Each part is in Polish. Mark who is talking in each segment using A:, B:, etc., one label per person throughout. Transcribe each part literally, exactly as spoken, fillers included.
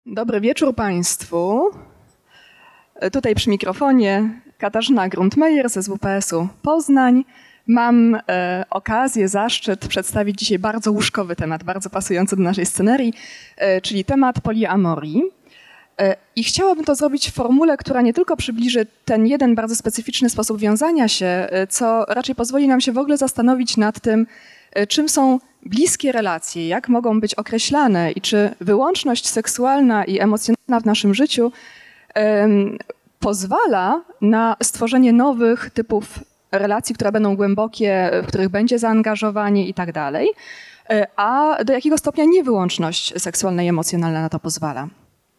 A: Dobry wieczór Państwu. Tutaj przy mikrofonie Katarzyna Gruntmeyer z S W P S-u Poznań. Mam e, okazję, zaszczyt przedstawić dzisiaj bardzo łóżkowy temat, bardzo pasujący do naszej scenerii, e, czyli temat poliamorii. E, I chciałabym to zrobić w formule, która nie tylko przybliży ten jeden bardzo specyficzny sposób wiązania się, e, co raczej pozwoli nam się w ogóle zastanowić nad tym, e, czym są bliskie relacje, jak mogą być określane i czy wyłączność seksualna i emocjonalna w naszym życiu e, pozwala na stworzenie nowych typów relacji, które będą głębokie, w których będzie zaangażowanie i tak dalej, a do jakiego stopnia niewyłączność seksualna i emocjonalna na to pozwala.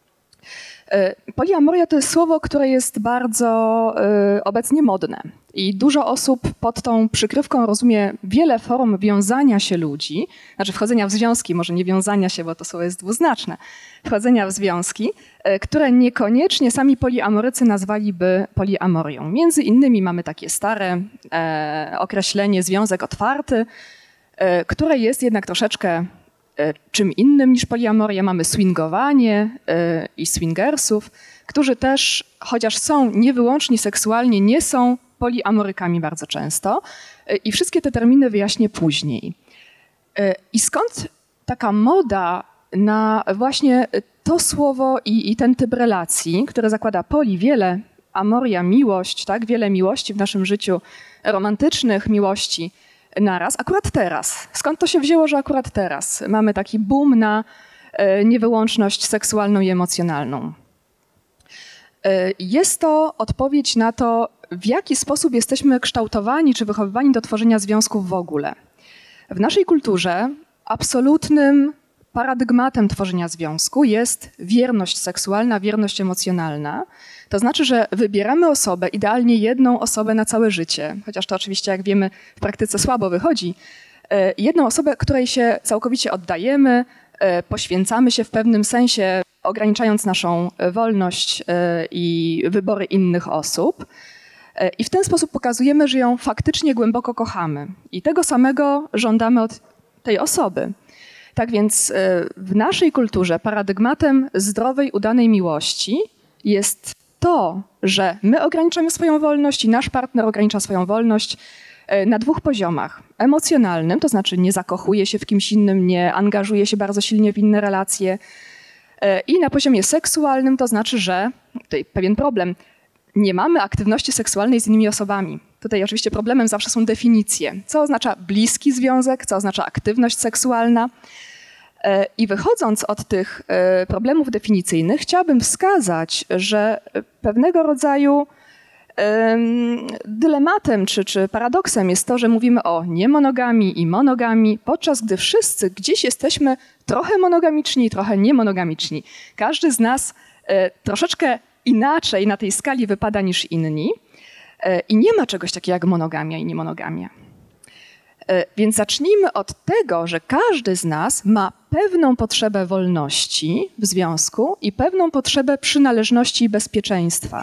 A: Poliamoria to jest słowo, które jest bardzo y, obecnie modne i dużo osób pod tą przykrywką rozumie wiele form wiązania się ludzi, znaczy wchodzenia w związki, może nie wiązania się, bo to słowo jest dwuznaczne, wchodzenia w związki, y, które niekoniecznie sami poliamorycy nazwaliby poliamorią. Między innymi mamy takie stare e, określenie związek otwarty, e, które jest jednak troszeczkę czym innym niż poliamoria. Mamy swingowanie y, i swingersów, którzy też, chociaż są niewyłącznie seksualnie, nie są poliamorykami bardzo często. Y, I wszystkie te terminy wyjaśnię później. Y, I skąd taka moda na właśnie to słowo i, i ten typ relacji, które zakłada poli, wiele, amoria, miłość, tak? Wiele miłości w naszym życiu, romantycznych miłości, naraz, akurat teraz. Skąd to się wzięło, że akurat teraz mamy taki boom na e, niewyłączność seksualną i emocjonalną? E, jest to odpowiedź na to, w jaki sposób jesteśmy kształtowani czy wychowywani do tworzenia związków w ogóle. W naszej kulturze absolutnym paradygmatem tworzenia związku jest wierność seksualna, wierność emocjonalna. To znaczy, że wybieramy osobę, idealnie jedną osobę na całe życie, chociaż to oczywiście, jak wiemy, w praktyce słabo wychodzi. Jedną osobę, której się całkowicie oddajemy, poświęcamy się w pewnym sensie, ograniczając naszą wolność i wybory innych osób. I w ten sposób pokazujemy, że ją faktycznie głęboko kochamy. I tego samego żądamy od tej osoby. Tak więc w naszej kulturze paradygmatem zdrowej, udanej miłości jest to, że my ograniczamy swoją wolność i nasz partner ogranicza swoją wolność na dwóch poziomach. Emocjonalnym, to znaczy nie zakochuje się w kimś innym, nie angażuje się bardzo silnie w inne relacje. I na poziomie seksualnym, to znaczy, że tutaj pewien problem, nie mamy aktywności seksualnej z innymi osobami. Tutaj oczywiście problemem zawsze są definicje. Co oznacza bliski związek, co oznacza aktywność seksualna. I wychodząc od tych problemów definicyjnych, chciałabym wskazać, że pewnego rodzaju dylematem czy, czy paradoksem jest to, że mówimy o niemonogamii i monogamii, podczas gdy wszyscy gdzieś jesteśmy trochę monogamiczni, trochę niemonogamiczni. Każdy z nas troszeczkę inaczej na tej skali wypada niż inni i nie ma czegoś takiego jak monogamia i niemonogamia. Więc zacznijmy od tego, że każdy z nas ma pewną potrzebę wolności w związku i pewną potrzebę przynależności i bezpieczeństwa.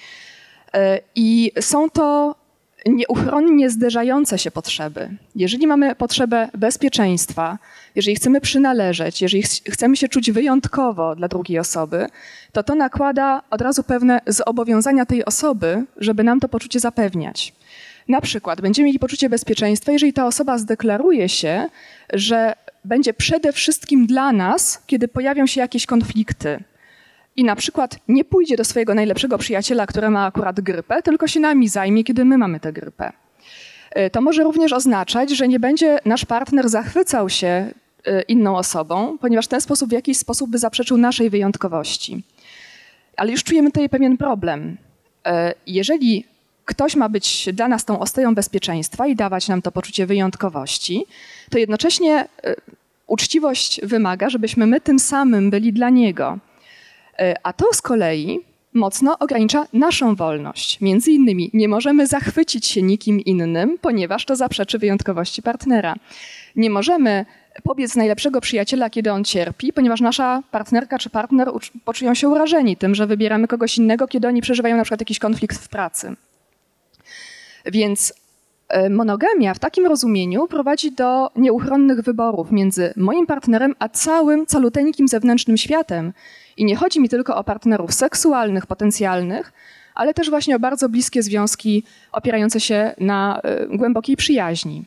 A: I są to nieuchronnie zderzające się potrzeby. Jeżeli mamy potrzebę bezpieczeństwa, jeżeli chcemy przynależeć, jeżeli ch chcemy się czuć wyjątkowo dla drugiej osoby, to to nakłada od razu pewne zobowiązania tej osoby, żeby nam to poczucie zapewniać. Na przykład będziemy mieli poczucie bezpieczeństwa, jeżeli ta osoba zdeklaruje się, że będzie przede wszystkim dla nas, kiedy pojawią się jakieś konflikty. I na przykład nie pójdzie do swojego najlepszego przyjaciela, który ma akurat grypę, tylko się nami zajmie, kiedy my mamy tę grypę. To może również oznaczać, że nie będzie nasz partner zachwycał się inną osobą, ponieważ w ten sposób w jakiś sposób by zaprzeczył naszej wyjątkowości. Ale już czujemy tutaj pewien problem. Jeżeli ktoś ma być dla nas tą ostoją bezpieczeństwa i dawać nam to poczucie wyjątkowości, to jednocześnie uczciwość wymaga, żebyśmy my tym samym byli dla niego. A to z kolei mocno ogranicza naszą wolność. Między innymi nie możemy zachwycić się nikim innym, ponieważ to zaprzeczy wyjątkowości partnera. Nie możemy pobiec z najlepszego przyjaciela, kiedy on cierpi, ponieważ nasza partnerka czy partner poczują się urażeni tym, że wybieramy kogoś innego, kiedy oni przeżywają na przykład jakiś konflikt w pracy. Więc Monogamia w takim rozumieniu prowadzi do nieuchronnych wyborów między moim partnerem a całym caluteńkim zewnętrznym światem. I nie chodzi mi tylko o partnerów seksualnych, potencjalnych, ale też właśnie o bardzo bliskie związki opierające się na głębokiej przyjaźni.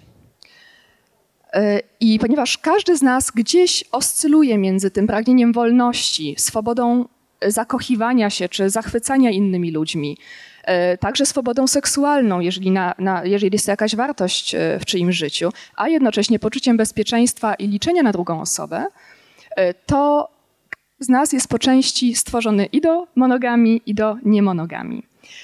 A: I ponieważ każdy z nas gdzieś oscyluje między tym pragnieniem wolności, swobodą zakochiwania się czy zachwycania innymi ludźmi, także swobodą seksualną, jeżeli, na, na, jeżeli jest to jakaś wartość w czyimś życiu, a jednocześnie poczuciem bezpieczeństwa i liczenia na drugą osobę, to z nas jest po części stworzony i do monogami, i do niemonogami.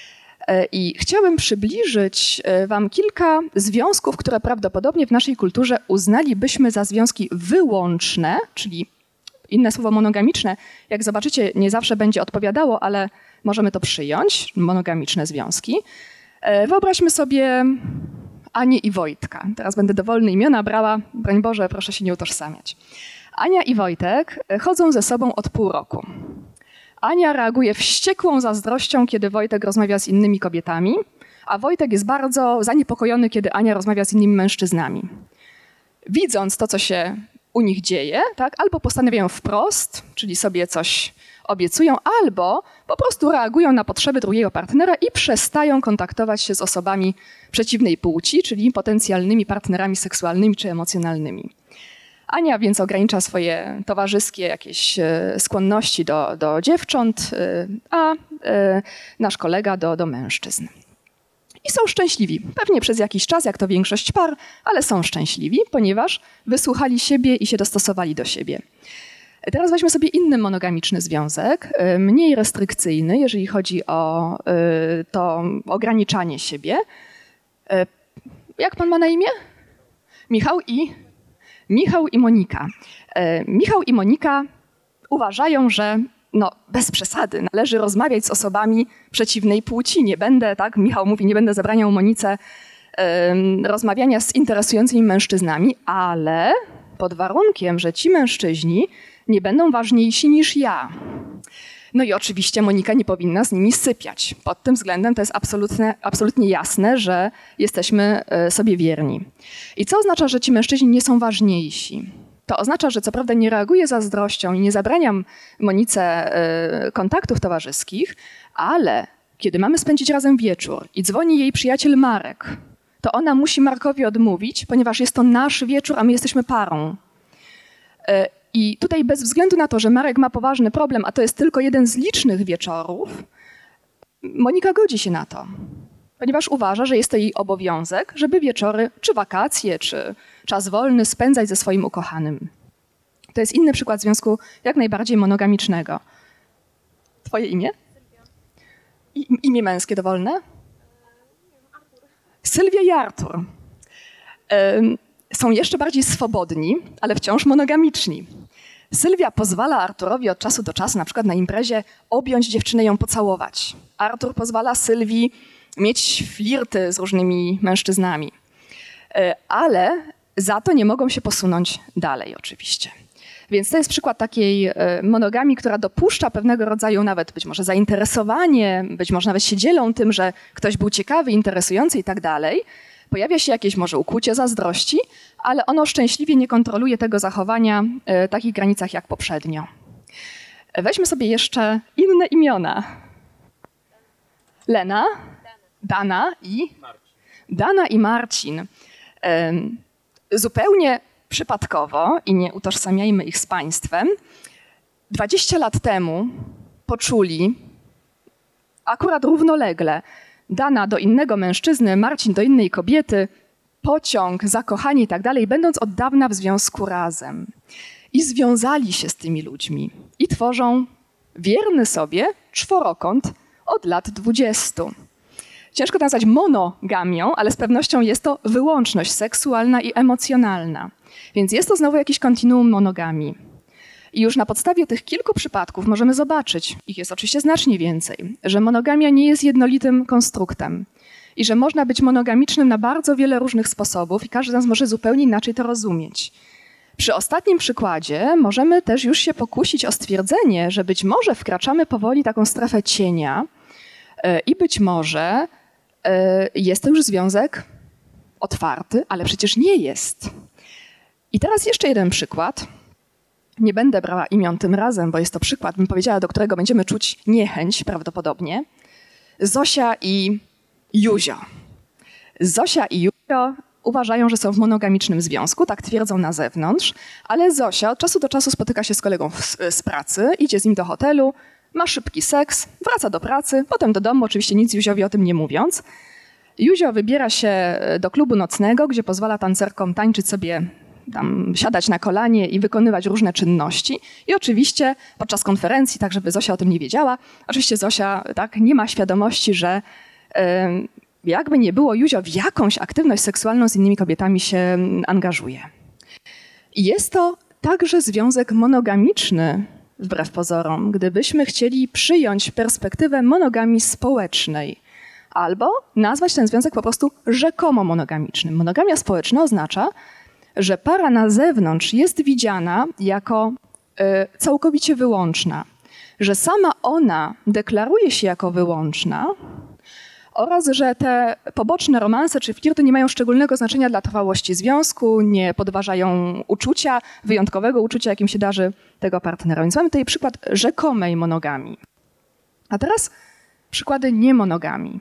A: I chciałabym przybliżyć wam kilka związków, które prawdopodobnie w naszej kulturze uznalibyśmy za związki wyłączne, czyli inne słowo monogamiczne, jak zobaczycie, nie zawsze będzie odpowiadało, ale możemy to przyjąć, monogamiczne związki. Wyobraźmy sobie Anię i Wojtka. Teraz będę dowolne imiona brała, broń Boże, proszę się nie utożsamiać. Ania i Wojtek chodzą ze sobą od pół roku. Ania reaguje wściekłą zazdrością, kiedy Wojtek rozmawia z innymi kobietami, a Wojtek jest bardzo zaniepokojony, kiedy Ania rozmawia z innymi mężczyznami. Widząc to, co się u nich dzieje, tak, albo postanawiają wprost, czyli sobie coś obiecują, albo po prostu reagują na potrzeby drugiego partnera i przestają kontaktować się z osobami przeciwnej płci, czyli potencjalnymi partnerami seksualnymi czy emocjonalnymi. Ania więc ogranicza swoje towarzyskie jakieś skłonności do, do dziewcząt, a nasz kolega do, do mężczyzn. I są szczęśliwi. Pewnie przez jakiś czas, jak to większość par, ale są szczęśliwi, ponieważ wysłuchali siebie i się dostosowali do siebie. Teraz weźmy sobie inny monogamiczny związek, mniej restrykcyjny, jeżeli chodzi o to ograniczanie siebie. Jak pan ma na imię? Michał i... Michał i Monika. Michał i Monika uważają, że no, bez przesady należy rozmawiać z osobami przeciwnej płci. Nie będę, tak, Michał mówi, nie będę zabraniał Monice um, rozmawiania z interesującymi mężczyznami, ale pod warunkiem, że ci mężczyźni nie będą ważniejsi niż ja. No i oczywiście Monika nie powinna z nimi sypiać. Pod tym względem to jest absolutnie, absolutnie jasne, że jesteśmy sobie wierni. I co oznacza, że ci mężczyźni nie są ważniejsi? To oznacza, że co prawda nie reaguję zazdrością i nie zabraniam Monice kontaktów towarzyskich, ale kiedy mamy spędzić razem wieczór i dzwoni jej przyjaciel Marek, to ona musi Markowi odmówić, ponieważ jest to nasz wieczór, a my jesteśmy parą. I tutaj bez względu na to, że Marek ma poważny problem, a to jest tylko jeden z licznych wieczorów, Monika godzi się na to, ponieważ uważa, że jest to jej obowiązek, żeby wieczory, czy wakacje, czy czas wolny spędzać ze swoim ukochanym. To jest inny przykład związku jak najbardziej monogamicznego. Twoje imię? I, imię męskie dowolne? Artur. Sylwia i Artur. Um, są jeszcze bardziej swobodni, ale wciąż monogamiczni. Sylwia pozwala Arturowi od czasu do czasu, na przykład na imprezie, objąć dziewczynę i ją pocałować. Artur pozwala Sylwii mieć flirty z różnymi mężczyznami. Ale za to nie mogą się posunąć dalej oczywiście. Więc to jest przykład takiej monogamii, która dopuszcza pewnego rodzaju nawet być może zainteresowanie, być może nawet się dzielą tym, że ktoś był ciekawy, interesujący i tak dalej. Pojawia się jakieś może ukłucie zazdrości, ale ono szczęśliwie nie kontroluje tego zachowania w takich granicach jak poprzednio. Weźmy sobie jeszcze inne imiona. Lena, Dana i Dana i Marcin. Zupełnie przypadkowo i nie utożsamiajmy ich z państwem, dwadzieścia lat temu poczuli akurat równolegle Dana do innego mężczyzny, Marcin do innej kobiety, pociąg, zakochani i tak dalej, będąc od dawna w związku razem. I związali się z tymi ludźmi i tworzą wierny sobie czworokąt od lat dwudziestu. Ciężko to nazwać monogamią, ale z pewnością jest to wyłączność seksualna i emocjonalna. Więc jest to znowu jakiś kontinuum monogamii. I już na podstawie tych kilku przypadków możemy zobaczyć, ich jest oczywiście znacznie więcej, że monogamia nie jest jednolitym konstruktem i że można być monogamicznym na bardzo wiele różnych sposobów i każdy z nas może zupełnie inaczej to rozumieć. Przy ostatnim przykładzie możemy też już się pokusić o stwierdzenie, że być może wkraczamy powoli taką strefę cienia i być może jest to już związek otwarty, ale przecież nie jest. I teraz jeszcze jeden przykład. Nie będę brała imion tym razem, bo jest to przykład, bym powiedziała, do którego będziemy czuć niechęć prawdopodobnie. Zosia i Józio. Zosia i Józio uważają, że są w monogamicznym związku, tak twierdzą na zewnątrz, ale Zosia od czasu do czasu spotyka się z kolegą z, z pracy, idzie z nim do hotelu, ma szybki seks, wraca do pracy, potem do domu, oczywiście nic Józiowi o tym nie mówiąc. Józio wybiera się do klubu nocnego, gdzie pozwala tancerkom tańczyć sobie, tam siadać na kolanie i wykonywać różne czynności. I oczywiście podczas konferencji, tak żeby Zosia o tym nie wiedziała, oczywiście Zosia tak nie ma świadomości, że yy, jakby nie było, Józio w jakąś aktywność seksualną z innymi kobietami się angażuje. I jest to także związek monogamiczny, wbrew pozorom, gdybyśmy chcieli przyjąć perspektywę monogamii społecznej albo nazwać ten związek po prostu rzekomo monogamicznym. Monogamia społeczna oznacza, że para na zewnątrz jest widziana jako y, całkowicie wyłączna, że sama ona deklaruje się jako wyłączna oraz, że te poboczne romanse czy flirty nie mają szczególnego znaczenia dla trwałości związku, nie podważają uczucia, wyjątkowego uczucia, jakim się darzy tego partnera. Więc mamy tutaj przykład rzekomej monogamii. A teraz przykłady niemonogamii.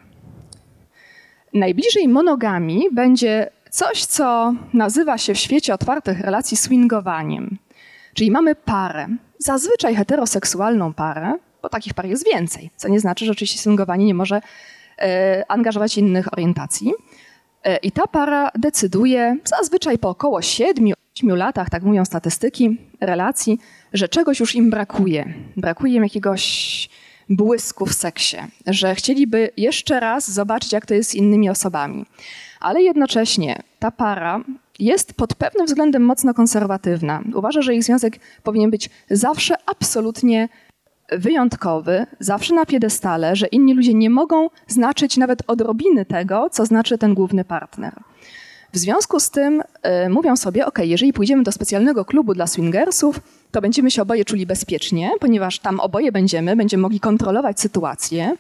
A: Najbliżej monogamii będzie coś, co nazywa się w świecie otwartych relacji swingowaniem. Czyli mamy parę, zazwyczaj heteroseksualną parę, bo takich par jest więcej, co nie znaczy, że oczywiście swingowanie nie może e, angażować innych orientacji. E, I ta para decyduje zazwyczaj po około siedmiu, ośmiu latach, tak mówią statystyki, relacji, że czegoś już im brakuje. Brakuje im jakiegoś błysku w seksie, że chcieliby jeszcze raz zobaczyć, jak to jest z innymi osobami. Ale jednocześnie ta para jest pod pewnym względem mocno konserwatywna. Uważa, że ich związek powinien być zawsze absolutnie wyjątkowy, zawsze na piedestale, że inni ludzie nie mogą znaczyć nawet odrobiny tego, co znaczy ten główny partner. W związku z tym y, mówią sobie, ok, jeżeli pójdziemy do specjalnego klubu dla swingersów, to będziemy się oboje czuli bezpiecznie, ponieważ tam oboje będziemy, będziemy mogli kontrolować sytuację.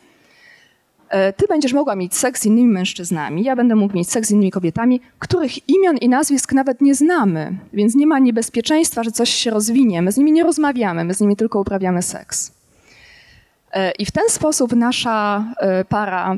A: Ty będziesz mogła mieć seks z innymi mężczyznami, ja będę mógł mieć seks z innymi kobietami, których imion i nazwisk nawet nie znamy, więc nie ma niebezpieczeństwa, że coś się rozwinie. My z nimi nie rozmawiamy, my z nimi tylko uprawiamy seks. I w ten sposób nasza para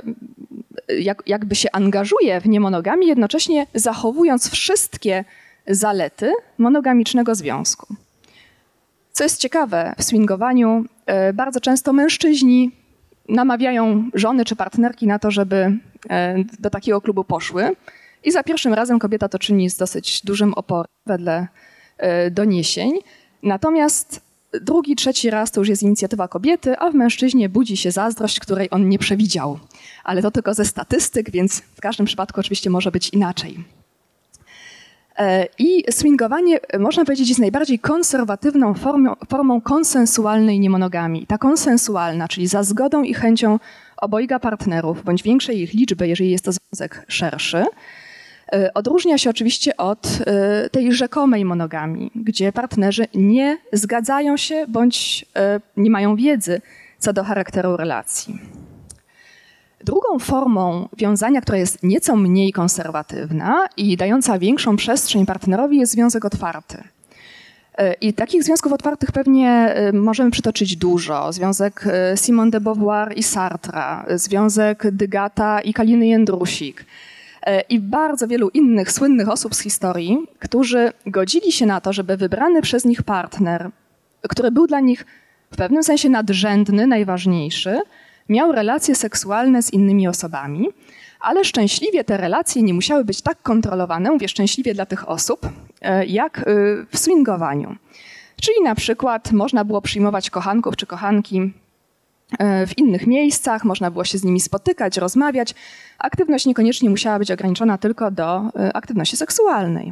A: jak, jakby się angażuje w niemonogamii, jednocześnie zachowując wszystkie zalety monogamicznego związku. Co jest ciekawe, w swingowaniu bardzo często mężczyźni namawiają żony czy partnerki na to, żeby do takiego klubu poszły i za pierwszym razem kobieta to czyni z dosyć dużym oporem wedle doniesień. Natomiast drugi, trzeci raz to już jest inicjatywa kobiety, a w mężczyźnie budzi się zazdrość, której on nie przewidział. Ale to tylko ze statystyk, więc w każdym przypadku oczywiście może być inaczej. I swingowanie, można powiedzieć, jest najbardziej konserwatywną formą, formą konsensualnej niemonogamii. Ta konsensualna, czyli za zgodą i chęcią obojga partnerów, bądź większej ich liczby, jeżeli jest to związek szerszy, odróżnia się oczywiście od tej rzekomej monogamii, gdzie partnerzy nie zgadzają się bądź nie mają wiedzy co do charakteru relacji. Drugą formą wiązania, która jest nieco mniej konserwatywna i dająca większą przestrzeń partnerowi, jest związek otwarty. I takich związków otwartych pewnie możemy przytoczyć dużo. Związek Simone de Beauvoir i Sartra, związek Dygata i Kaliny Jędrusik i bardzo wielu innych słynnych osób z historii, którzy godzili się na to, żeby wybrany przez nich partner, który był dla nich w pewnym sensie nadrzędny, najważniejszy, miał relacje seksualne z innymi osobami, ale szczęśliwie te relacje nie musiały być tak kontrolowane, mówię szczęśliwie dla tych osób, jak w swingowaniu. Czyli na przykład można było przyjmować kochanków czy kochanki w innych miejscach, można było się z nimi spotykać, rozmawiać. Aktywność niekoniecznie musiała być ograniczona tylko do aktywności seksualnej.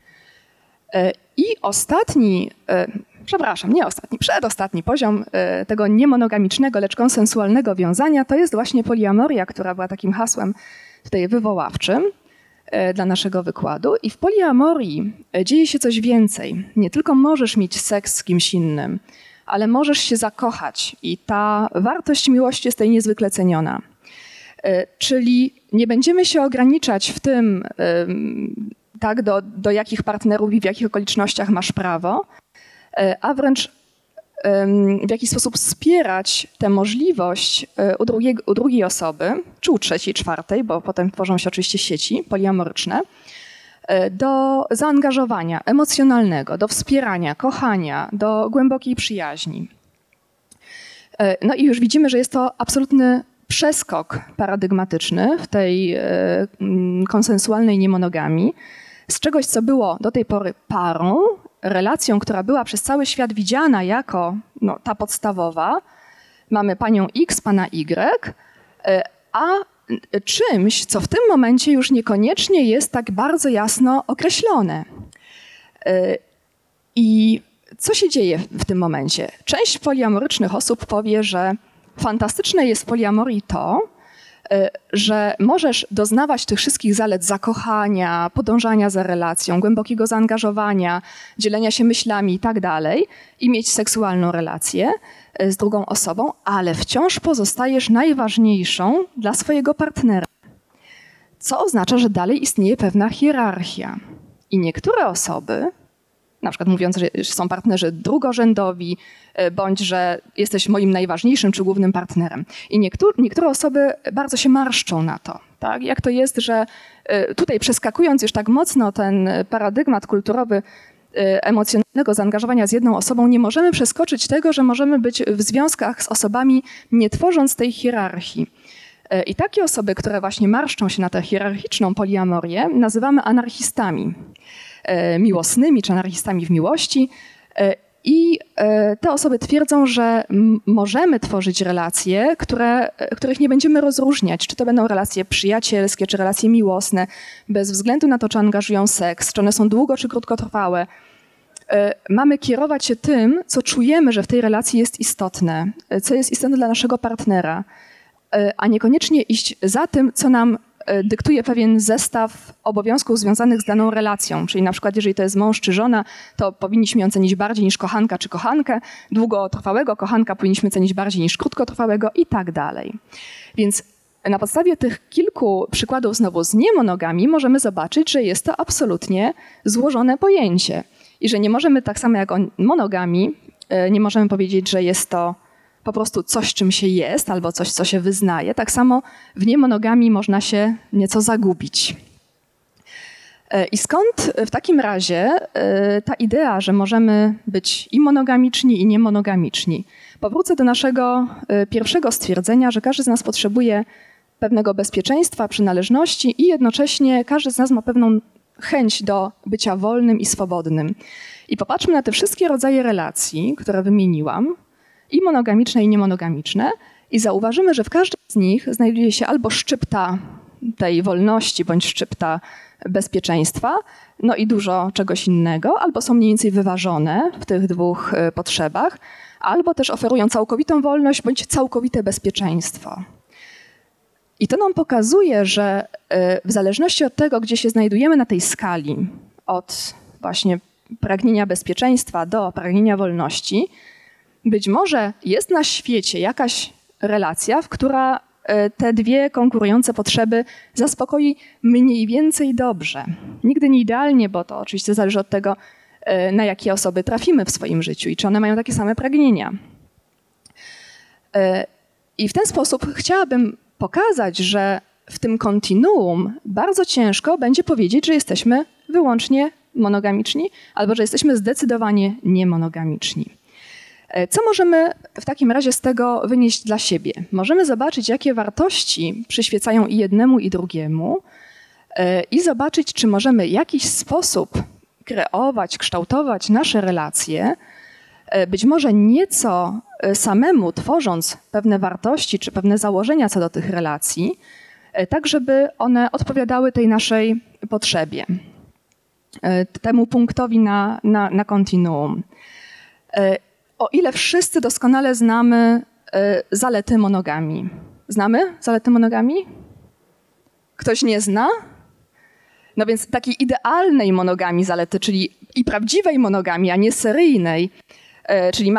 A: I ostatni, przepraszam, nie ostatni, przedostatni poziom tego niemonogamicznego, lecz konsensualnego wiązania to jest właśnie poliamoria, która była takim hasłem tutaj wywoławczym dla naszego wykładu. I w poliamorii dzieje się coś więcej. Nie tylko możesz mieć seks z kimś innym, ale możesz się zakochać i ta wartość miłości jest tutaj niezwykle ceniona. Czyli nie będziemy się ograniczać w tym, tak, do, do jakich partnerów i w jakich okolicznościach masz prawo, a wręcz w jakiś sposób wspierać tę możliwość u, drugiej, u drugiej osoby, czy u trzeciej, czwartej, bo potem tworzą się oczywiście sieci poliamoryczne, do zaangażowania emocjonalnego, do wspierania, kochania, do głębokiej przyjaźni. No i już widzimy, że jest to absolutny przeskok paradygmatyczny w tej konsensualnej niemonogamii, z czegoś, co było do tej pory parą, relacją, która była przez cały świat widziana jako no, ta podstawowa. Mamy panią X, pana Y, a czymś, co w tym momencie już niekoniecznie jest tak bardzo jasno określone. I co się dzieje w tym momencie? Część poliamorycznych osób powie, że fantastyczne jest w poliamorii to, że możesz doznawać tych wszystkich zalet zakochania, podążania za relacją, głębokiego zaangażowania, dzielenia się myślami i tak dalej i mieć seksualną relację z drugą osobą, ale wciąż pozostajesz najważniejszą dla swojego partnera. Co oznacza, że dalej istnieje pewna hierarchia. I niektóre osoby, na przykład mówiąc, że są partnerzy drugorzędowi, bądź że jesteś moim najważniejszym czy głównym partnerem. I niektóre, niektóre osoby bardzo się marszczą na to. Tak? Jak to jest, że tutaj przeskakując już tak mocno ten paradygmat kulturowy emocjonalnego zaangażowania z jedną osobą, nie możemy przeskoczyć tego, że możemy być w związkach z osobami, nie tworząc tej hierarchii. I takie osoby, które właśnie marszczą się na tę hierarchiczną poliamorię, nazywamy anarchistami miłosnymi czy anarchistami w miłości. I te osoby twierdzą, że możemy tworzyć relacje, które, których nie będziemy rozróżniać, czy to będą relacje przyjacielskie, czy relacje miłosne, bez względu na to, czy angażują seks, czy one są długo, czy krótkotrwałe. Mamy kierować się tym, co czujemy, że w tej relacji jest istotne, co jest istotne dla naszego partnera, a niekoniecznie iść za tym, co nam dyktuje pewien zestaw obowiązków związanych z daną relacją. Czyli na przykład, jeżeli to jest mąż czy żona, to powinniśmy ją cenić bardziej niż kochanka czy kochankę. Długotrwałego kochanka powinniśmy cenić bardziej niż krótkotrwałego i tak dalej. Więc na podstawie tych kilku przykładów znowu z niemonogami możemy zobaczyć, że jest to absolutnie złożone pojęcie. I że nie możemy tak samo jak o monogami, nie możemy powiedzieć, że jest to po prostu coś, czym się jest, albo coś, co się wyznaje. Tak samo w niemonogamii można się nieco zagubić. I skąd w takim razie ta idea, że możemy być i monogamiczni, i niemonogamiczni? Powrócę do naszego pierwszego stwierdzenia, że każdy z nas potrzebuje pewnego bezpieczeństwa, przynależności i jednocześnie każdy z nas ma pewną chęć do bycia wolnym i swobodnym. I popatrzmy na te wszystkie rodzaje relacji, które wymieniłam, i monogamiczne, i niemonogamiczne, i zauważymy, że w każdym z nich znajduje się albo szczypta tej wolności, bądź szczypta bezpieczeństwa, no i dużo czegoś innego, albo są mniej więcej wyważone w tych dwóch potrzebach, albo też oferują całkowitą wolność, bądź całkowite bezpieczeństwo. I to nam pokazuje, że w zależności od tego, gdzie się znajdujemy na tej skali, od właśnie pragnienia bezpieczeństwa do pragnienia wolności, być może jest na świecie jakaś relacja, w która te dwie konkurujące potrzeby zaspokoi mniej więcej dobrze. Nigdy nie idealnie, bo to oczywiście zależy od tego, na jakie osoby trafimy w swoim życiu i czy one mają takie same pragnienia. I w ten sposób chciałabym pokazać, że w tym kontinuum bardzo ciężko będzie powiedzieć, że jesteśmy wyłącznie monogamiczni albo że jesteśmy zdecydowanie niemonogamiczni. Co możemy w takim razie z tego wynieść dla siebie? Możemy zobaczyć, jakie wartości przyświecają i jednemu, i drugiemu i zobaczyć, czy możemy w jakiś sposób kreować, kształtować nasze relacje, być może nieco samemu tworząc pewne wartości czy pewne założenia co do tych relacji, tak żeby one odpowiadały tej naszej potrzebie, temu punktowi na, na, na kontinuum. O ile wszyscy doskonale znamy zalety monogami. Znamy zalety monogami? Ktoś nie zna? No więc takiej idealnej monogami zalety, czyli i prawdziwej monogami, a nie seryjnej, czyli mamy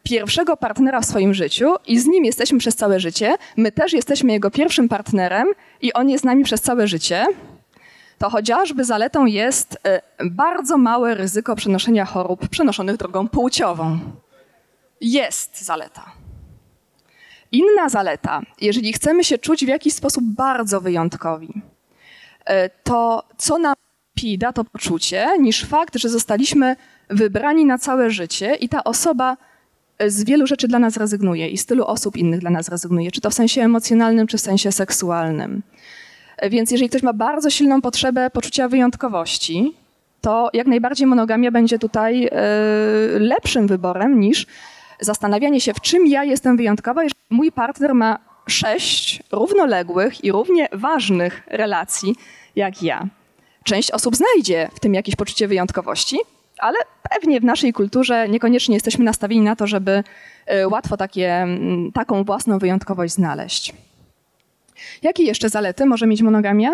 A: pierwszego partnera w swoim życiu i z nim jesteśmy przez całe życie, my też jesteśmy jego pierwszym partnerem i on jest z nami przez całe życie, to chociażby zaletą jest bardzo małe ryzyko przenoszenia chorób przenoszonych drogą płciową. Jest zaleta. Inna zaleta, jeżeli chcemy się czuć w jakiś sposób bardzo wyjątkowi, to co nam lepiej da to poczucie, niż fakt, że zostaliśmy wybrani na całe życie i ta osoba z wielu rzeczy dla nas rezygnuje i z tylu osób innych dla nas rezygnuje, czy to w sensie emocjonalnym, czy w sensie seksualnym. Więc jeżeli ktoś ma bardzo silną potrzebę poczucia wyjątkowości, to jak najbardziej monogamia będzie tutaj lepszym wyborem niż zastanawianie się, w czym ja jestem wyjątkowa, jeżeli mój partner ma sześć równoległych i równie ważnych relacji jak ja. Część osób znajdzie w tym jakieś poczucie wyjątkowości, ale pewnie w naszej kulturze niekoniecznie jesteśmy nastawieni na to, żeby łatwo takie, taką własną wyjątkowość znaleźć. Jakie jeszcze zalety może mieć monogamia?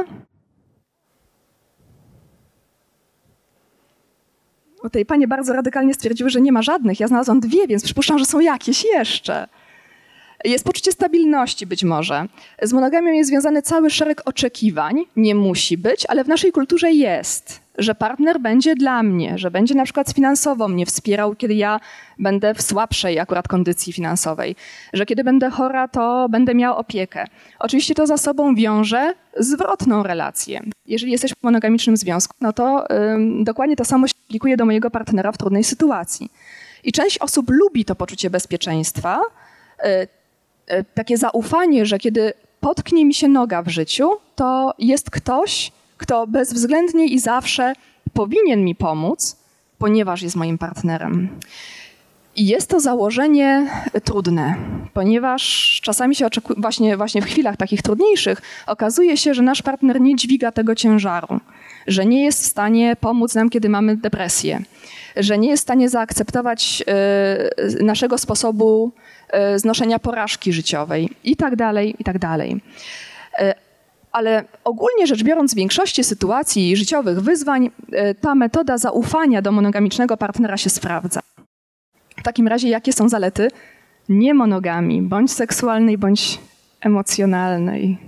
A: Tutaj panie bardzo radykalnie stwierdziły, że nie ma żadnych. Ja znalazłam dwie, więc przypuszczam, że są jakieś jeszcze. Jest poczucie stabilności być może. Z monogamią jest związany cały szereg oczekiwań. Nie musi być, ale w naszej kulturze jest, że partner będzie dla mnie, że będzie na przykład finansowo mnie wspierał, kiedy ja będę w słabszej akurat kondycji finansowej, że kiedy będę chora, to będę miał opiekę. Oczywiście to za sobą wiąże zwrotną relację. Jeżeli jesteśmy w monogamicznym związku, no to ym, dokładnie to samo się aplikuje do mojego partnera w trudnej sytuacji. I część osób lubi to poczucie bezpieczeństwa, y, y, takie zaufanie, że kiedy potknie mi się noga w życiu, to jest ktoś, kto bezwzględnie i zawsze powinien mi pomóc, ponieważ jest moim partnerem. I jest to założenie trudne, ponieważ czasami się oczekuje, właśnie, właśnie w chwilach takich trudniejszych, okazuje się, że nasz partner nie dźwiga tego ciężaru, że nie jest w stanie pomóc nam, kiedy mamy depresję, że nie jest w stanie zaakceptować y, naszego sposobu y, znoszenia porażki życiowej i tak dalej, i tak dalej. Y, Ale ogólnie rzecz biorąc, w większości sytuacji życiowych wyzwań ta metoda zaufania do monogamicznego partnera się sprawdza. W takim razie jakie są zalety niemonogami, bądź seksualnej, bądź emocjonalnej?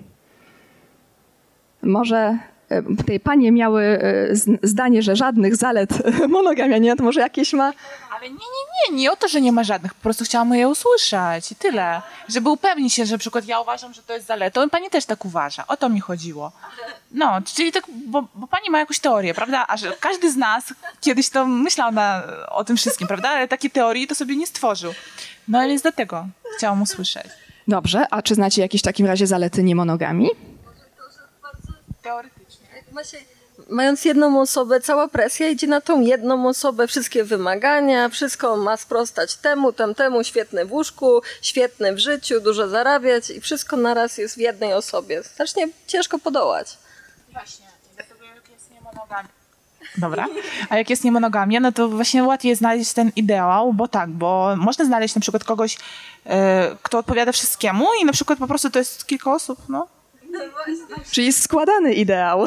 A: Może tutaj panie miały zdanie, że żadnych zalet monogamia nie, to może jakieś ma...
B: Ale nie, nie, nie, nie o to, że nie ma żadnych, po prostu chciałam je usłyszeć i tyle. Żeby upewnić się, że na przykład ja uważam, że to jest zaletą i pani też tak uważa. O to mi chodziło. No, czyli tak, bo, bo pani ma jakąś teorię, prawda? A że każdy z nas kiedyś to myślał na, o tym wszystkim, prawda? Ale takie teorie to sobie nie stworzył. No ale jest do tego chciałam usłyszeć.
A: Dobrze, a czy znacie jakieś w takim razie zalety niemonogami?
B: Teoretycznie.
C: Mając jedną osobę, cała presja idzie na tą jedną osobę, wszystkie wymagania, wszystko ma sprostać temu, tamtemu, świetny w łóżku, świetny w życiu, dużo zarabiać i wszystko naraz jest w jednej osobie. Strasznie ciężko podołać.
B: Właśnie, dlatego jak jest niemonogamia. Dobra, a jak jest niemonogamia, no to właśnie łatwiej znaleźć ten ideał, bo tak, bo można znaleźć na przykład kogoś, yy, kto odpowiada wszystkiemu i na przykład po prostu to jest kilka osób, no.
A: Czyli składany ideał.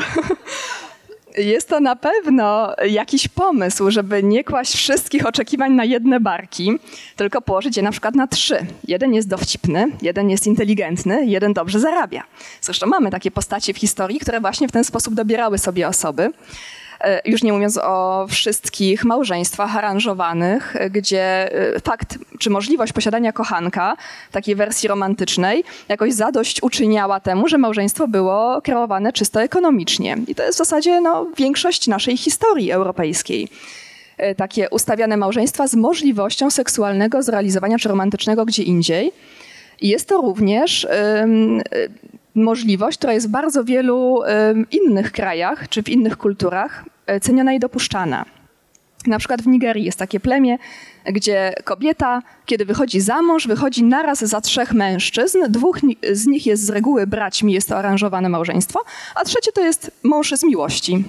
A: Jest to na pewno jakiś pomysł, żeby nie kłaść wszystkich oczekiwań na jedne barki, tylko położyć je na przykład na trzy. Jeden jest dowcipny, jeden jest inteligentny, jeden dobrze zarabia. Zresztą mamy takie postacie w historii, które właśnie w ten sposób dobierały sobie osoby. Już nie mówiąc o wszystkich małżeństwach aranżowanych, gdzie fakt czy możliwość posiadania kochanka w takiej wersji romantycznej jakoś zadośćuczyniała temu, że małżeństwo było kreowane czysto ekonomicznie. I to jest w zasadzie no, większość naszej historii europejskiej. Takie ustawiane małżeństwa z możliwością seksualnego zrealizowania czy romantycznego gdzie indziej. I jest to również um, możliwość, która jest w bardzo wielu um, innych krajach czy w innych kulturach ceniona i dopuszczana. Na przykład w Nigerii jest takie plemię, gdzie kobieta, kiedy wychodzi za mąż, wychodzi naraz za trzech mężczyzn. Dwóch z nich jest z reguły braćmi, jest to aranżowane małżeństwo, a trzecie to jest mąż z miłości.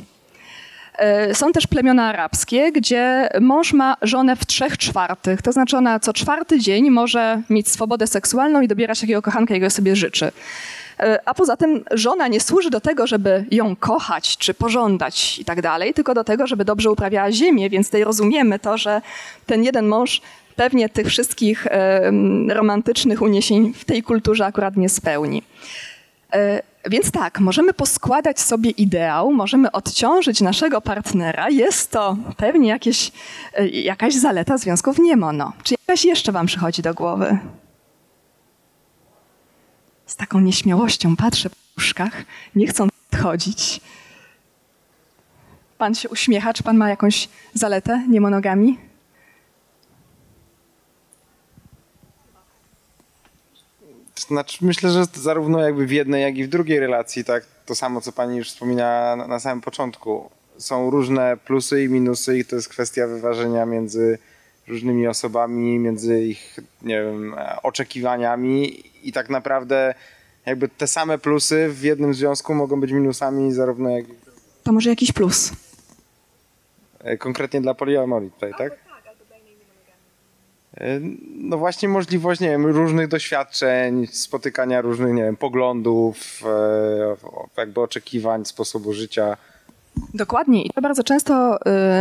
A: Są też plemiona arabskie, gdzie mąż ma żonę w trzech czwartych. To znaczy ona co czwarty dzień może mieć swobodę seksualną i dobierać takiego kochanka, jakiego sobie życzy. A poza tym żona nie służy do tego, żeby ją kochać czy pożądać i tak dalej, tylko do tego, żeby dobrze uprawiała ziemię, więc tutaj rozumiemy to, że ten jeden mąż pewnie tych wszystkich romantycznych uniesień w tej kulturze akurat nie spełni. Więc tak, możemy poskładać sobie ideał, możemy odciążyć naszego partnera. Jest to pewnie jakieś, jakaś zaleta związków nie-mono. Czy jakaś jeszcze wam przychodzi do głowy? Z taką nieśmiałością patrzę po łóżkach, nie chcą odchodzić. Pan się uśmiecha, czy pan ma jakąś zaletę niemonogami?
D: Znaczy, myślę, że zarówno jakby w jednej, jak i w drugiej relacji, tak, to samo, co pani już wspominała na, na samym początku. Są różne plusy i minusy i to jest kwestia wyważenia między różnymi osobami, między ich, nie wiem, oczekiwaniami i tak naprawdę jakby te same plusy w jednym związku mogą być minusami zarówno jak...
A: To może jakiś plus?
D: Konkretnie dla poliamorii tutaj, tak? No właśnie możliwość, nie wiem, różnych doświadczeń, spotykania różnych, nie wiem, poglądów, jakby oczekiwań, sposobu życia.
A: Dokładnie. I to bardzo często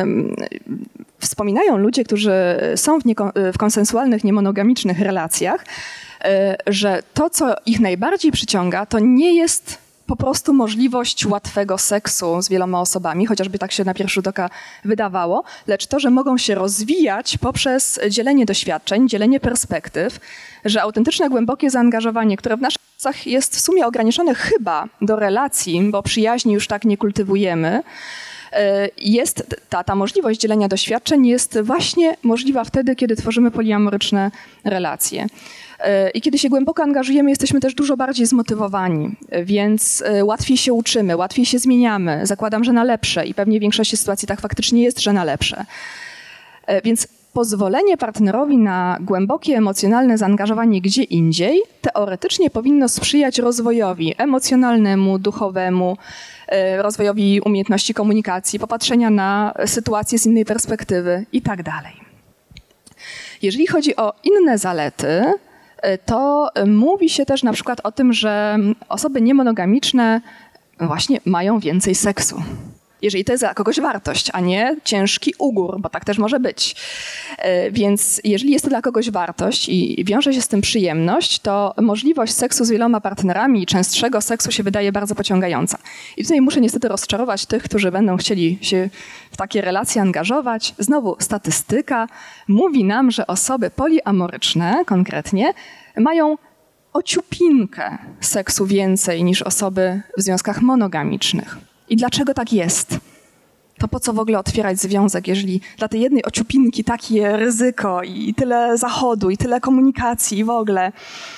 A: y, wspominają ludzie, którzy są w, nieko, w konsensualnych, niemonogamicznych relacjach, y, że to, co ich najbardziej przyciąga, to nie jest po prostu możliwość łatwego seksu z wieloma osobami, chociażby tak się na pierwszy rzut oka wydawało, lecz to, że mogą się rozwijać poprzez dzielenie doświadczeń, dzielenie perspektyw, że autentyczne, głębokie zaangażowanie, które w naszych czasach jest w sumie ograniczone chyba do relacji, bo przyjaźni już tak nie kultywujemy, jest ta, ta możliwość dzielenia doświadczeń jest właśnie możliwa wtedy, kiedy tworzymy poliamoryczne relacje. I kiedy się głęboko angażujemy, jesteśmy też dużo bardziej zmotywowani, więc łatwiej się uczymy, łatwiej się zmieniamy. Zakładam, że na lepsze i pewnie w większości sytuacji tak faktycznie jest, że na lepsze. Więc pozwolenie partnerowi na głębokie emocjonalne zaangażowanie gdzie indziej teoretycznie powinno sprzyjać rozwojowi emocjonalnemu, duchowemu, rozwojowi umiejętności komunikacji, popatrzenia na sytuację z innej perspektywy i tak dalej. Jeżeli chodzi o inne zalety, to mówi się też na przykład o tym, że osoby niemonogamiczne właśnie mają więcej seksu. Jeżeli to jest dla kogoś wartość, a nie ciężki ugór, bo tak też może być. Więc jeżeli jest to dla kogoś wartość i wiąże się z tym przyjemność, to możliwość seksu z wieloma partnerami i częstszego seksu się wydaje bardzo pociągająca. I tutaj muszę niestety rozczarować tych, którzy będą chcieli się w takie relacje angażować. Znowu statystyka mówi nam, że osoby poliamoryczne konkretnie mają o ciupinkę seksu więcej niż osoby w związkach monogamicznych. I dlaczego tak jest? To po co w ogóle otwierać związek, jeżeli dla tej jednej ociupinki takie ryzyko i tyle zachodu, i tyle komunikacji i w ogóle.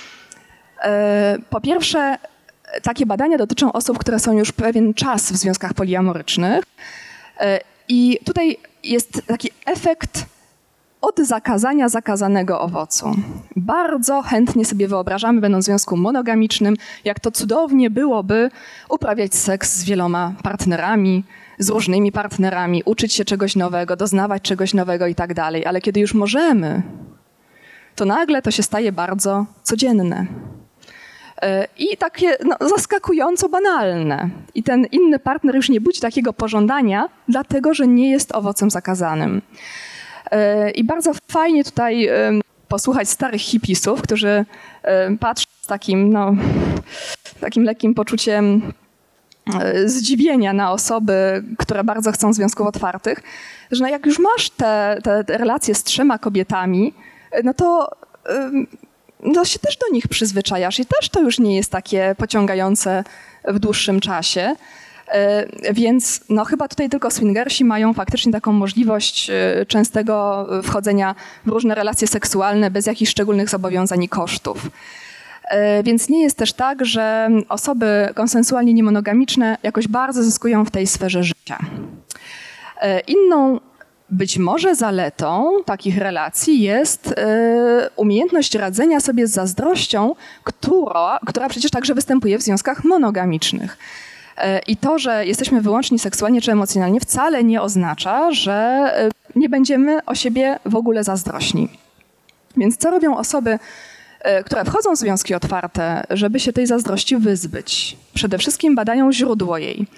A: Po pierwsze, takie badania dotyczą osób, które są już pewien czas w związkach poliamorycznych. I tutaj jest taki efekt od zakazania zakazanego owocu. Bardzo chętnie sobie wyobrażamy, będąc w związku monogamicznym, jak to cudownie byłoby uprawiać seks z wieloma partnerami, z różnymi partnerami, uczyć się czegoś nowego, doznawać czegoś nowego i tak dalej. Ale kiedy już możemy, to nagle to się staje bardzo codzienne. I takie no, zaskakująco banalne. I ten inny partner już nie budzi takiego pożądania, dlatego że nie jest owocem zakazanym. I bardzo fajnie tutaj posłuchać starych hipisów, którzy patrzą z takim, no, takim lekkim poczuciem zdziwienia na osoby, które bardzo chcą związków otwartych, że no jak już masz te, te, te relacje z trzema kobietami, no to, no się też do nich przyzwyczajasz i też to już nie jest takie pociągające w dłuższym czasie. Więc no chyba tutaj tylko swingersi mają faktycznie taką możliwość częstego wchodzenia w różne relacje seksualne bez jakichś szczególnych zobowiązań i kosztów. Więc nie jest też tak, że osoby konsensualnie niemonogamiczne jakoś bardzo zyskują w tej sferze życia. Inną być może zaletą takich relacji jest umiejętność radzenia sobie z zazdrością, która, która przecież także występuje w związkach monogamicznych. I to, że jesteśmy wyłączni seksualnie czy emocjonalnie, wcale nie oznacza, że nie będziemy o siebie w ogóle zazdrośni. Więc co robią osoby, które wchodzą w związki otwarte, żeby się tej zazdrości wyzbyć? Przede wszystkim badają źródło jej.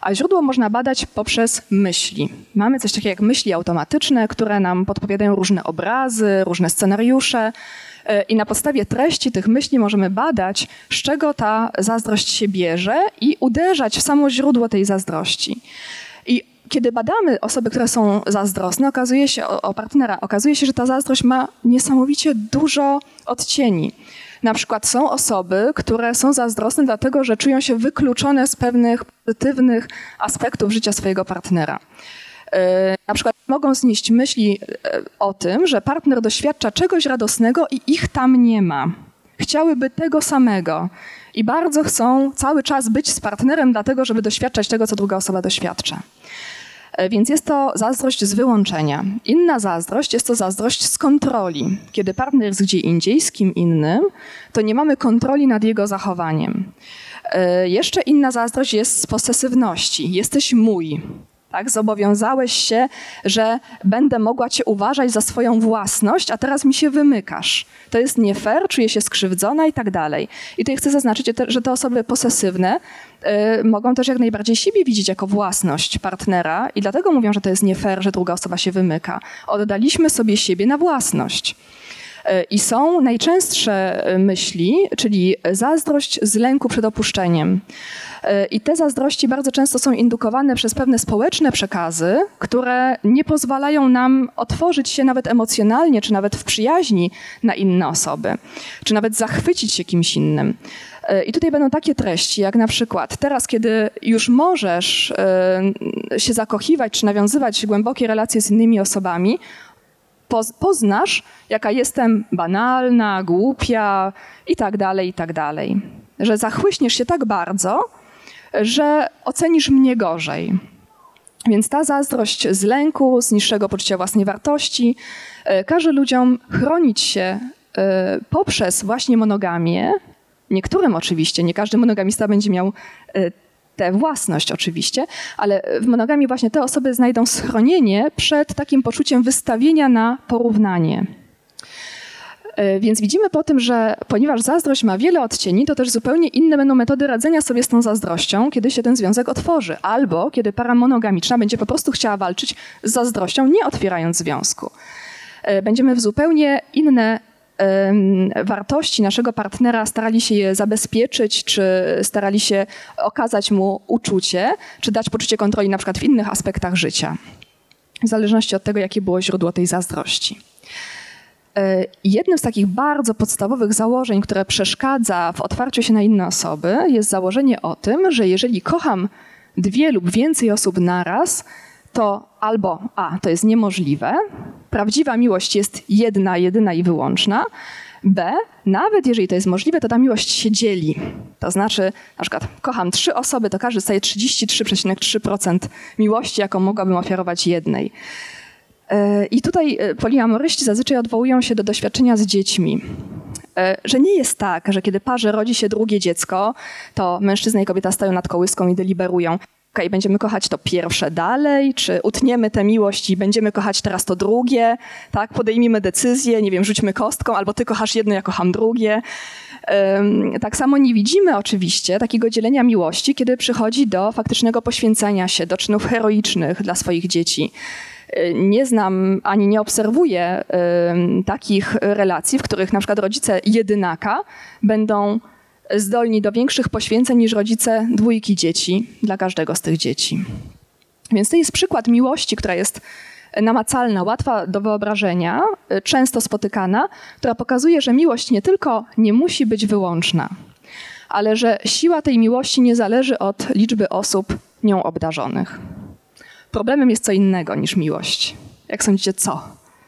A: A źródło można badać poprzez myśli. Mamy coś takiego jak myśli automatyczne, które nam podpowiadają różne obrazy, różne scenariusze i na podstawie treści tych myśli możemy badać, z czego ta zazdrość się bierze i uderzać w samo źródło tej zazdrości. I kiedy badamy osoby, które są zazdrosne, okazuje się, o, o partnera, okazuje się, że ta zazdrość ma niesamowicie dużo odcieni. Na przykład są osoby, które są zazdrosne dlatego, że czują się wykluczone z pewnych pozytywnych aspektów życia swojego partnera. Na przykład mogą znieść myśli o tym, że partner doświadcza czegoś radosnego i ich tam nie ma. Chciałyby tego samego i bardzo chcą cały czas być z partnerem dlatego, żeby doświadczać tego, co druga osoba doświadcza. Więc jest to zazdrość z wyłączenia. Inna zazdrość jest to zazdrość z kontroli. Kiedy partner jest gdzie indziej, z kim innym, to nie mamy kontroli nad jego zachowaniem. Jeszcze inna zazdrość jest z posesywności. Jesteś mój. Tak? Zobowiązałeś się, że będę mogła cię uważać za swoją własność, a teraz mi się wymykasz. To jest nie fair, czuję się skrzywdzona i tak dalej. I tutaj chcę zaznaczyć, że te osoby posesywne y, mogą też jak najbardziej siebie widzieć jako własność partnera i dlatego mówią, że to jest nie fair, że druga osoba się wymyka. Oddaliśmy sobie siebie na własność. I są najczęstsze myśli, czyli zazdrość z lęku przed opuszczeniem. I te zazdrości bardzo często są indukowane przez pewne społeczne przekazy, które nie pozwalają nam otworzyć się nawet emocjonalnie, czy nawet w przyjaźni na inne osoby, czy nawet zachwycić się kimś innym. I tutaj będą takie treści, jak na przykład teraz, kiedy już możesz się zakochiwać, czy nawiązywać głębokie relacje z innymi osobami, poznasz, jaka jestem banalna, głupia i tak dalej, i tak dalej. Że zachłyśniesz się tak bardzo, że ocenisz mnie gorzej. Więc ta zazdrość z lęku, z niższego poczucia własnej wartości każe ludziom chronić się poprzez właśnie monogamię. Niektórym oczywiście, nie każdy monogamista będzie miał tę własność oczywiście, ale w monogamii właśnie te osoby znajdą schronienie przed takim poczuciem wystawienia na porównanie. Więc widzimy po tym, że ponieważ zazdrość ma wiele odcieni, to też zupełnie inne będą metody radzenia sobie z tą zazdrością, kiedy się ten związek otworzy, albo kiedy para monogamiczna będzie po prostu chciała walczyć z zazdrością, nie otwierając związku. Będziemy w zupełnie inne wartości naszego partnera starali się je zabezpieczyć, czy starali się okazać mu uczucie, czy dać poczucie kontroli na przykład w innych aspektach życia. W zależności od tego, jakie było źródło tej zazdrości. Jednym z takich bardzo podstawowych założeń, które przeszkadza w otwarciu się na inne osoby, jest założenie o tym, że jeżeli kocham dwie lub więcej osób naraz, to albo a, to jest niemożliwe, prawdziwa miłość jest jedna, jedyna i wyłączna, b, nawet jeżeli to jest możliwe, to ta miłość się dzieli. To znaczy, na przykład kocham trzy osoby, to każdy staje trzydzieści trzy przecinek trzy procent miłości, jaką mogłabym ofiarować jednej. I tutaj poliamoryści zazwyczaj odwołują się do doświadczenia z dziećmi. Że nie jest tak, że kiedy parze rodzi się drugie dziecko, to mężczyzna i kobieta stoją nad kołyską i deliberują. Okej, będziemy kochać to pierwsze dalej, czy utniemy tę miłość i będziemy kochać teraz to drugie, tak? Podejmijmy decyzję, nie wiem, rzućmy kostką, albo ty kochasz jedno, ja kocham drugie. Tak samo nie widzimy oczywiście takiego dzielenia miłości, kiedy przychodzi do faktycznego poświęcenia się, do czynów heroicznych dla swoich dzieci. Nie znam ani nie obserwuję takich relacji, w których na przykład rodzice jedynaka będą zdolni do większych poświęceń niż rodzice dwójki dzieci dla każdego z tych dzieci. Więc to jest przykład miłości, która jest namacalna, łatwa do wyobrażenia, często spotykana, która pokazuje, że miłość nie tylko nie musi być wyłączna, ale że siła tej miłości nie zależy od liczby osób nią obdarzonych. Problemem jest co innego niż miłość. Jak sądzicie, co?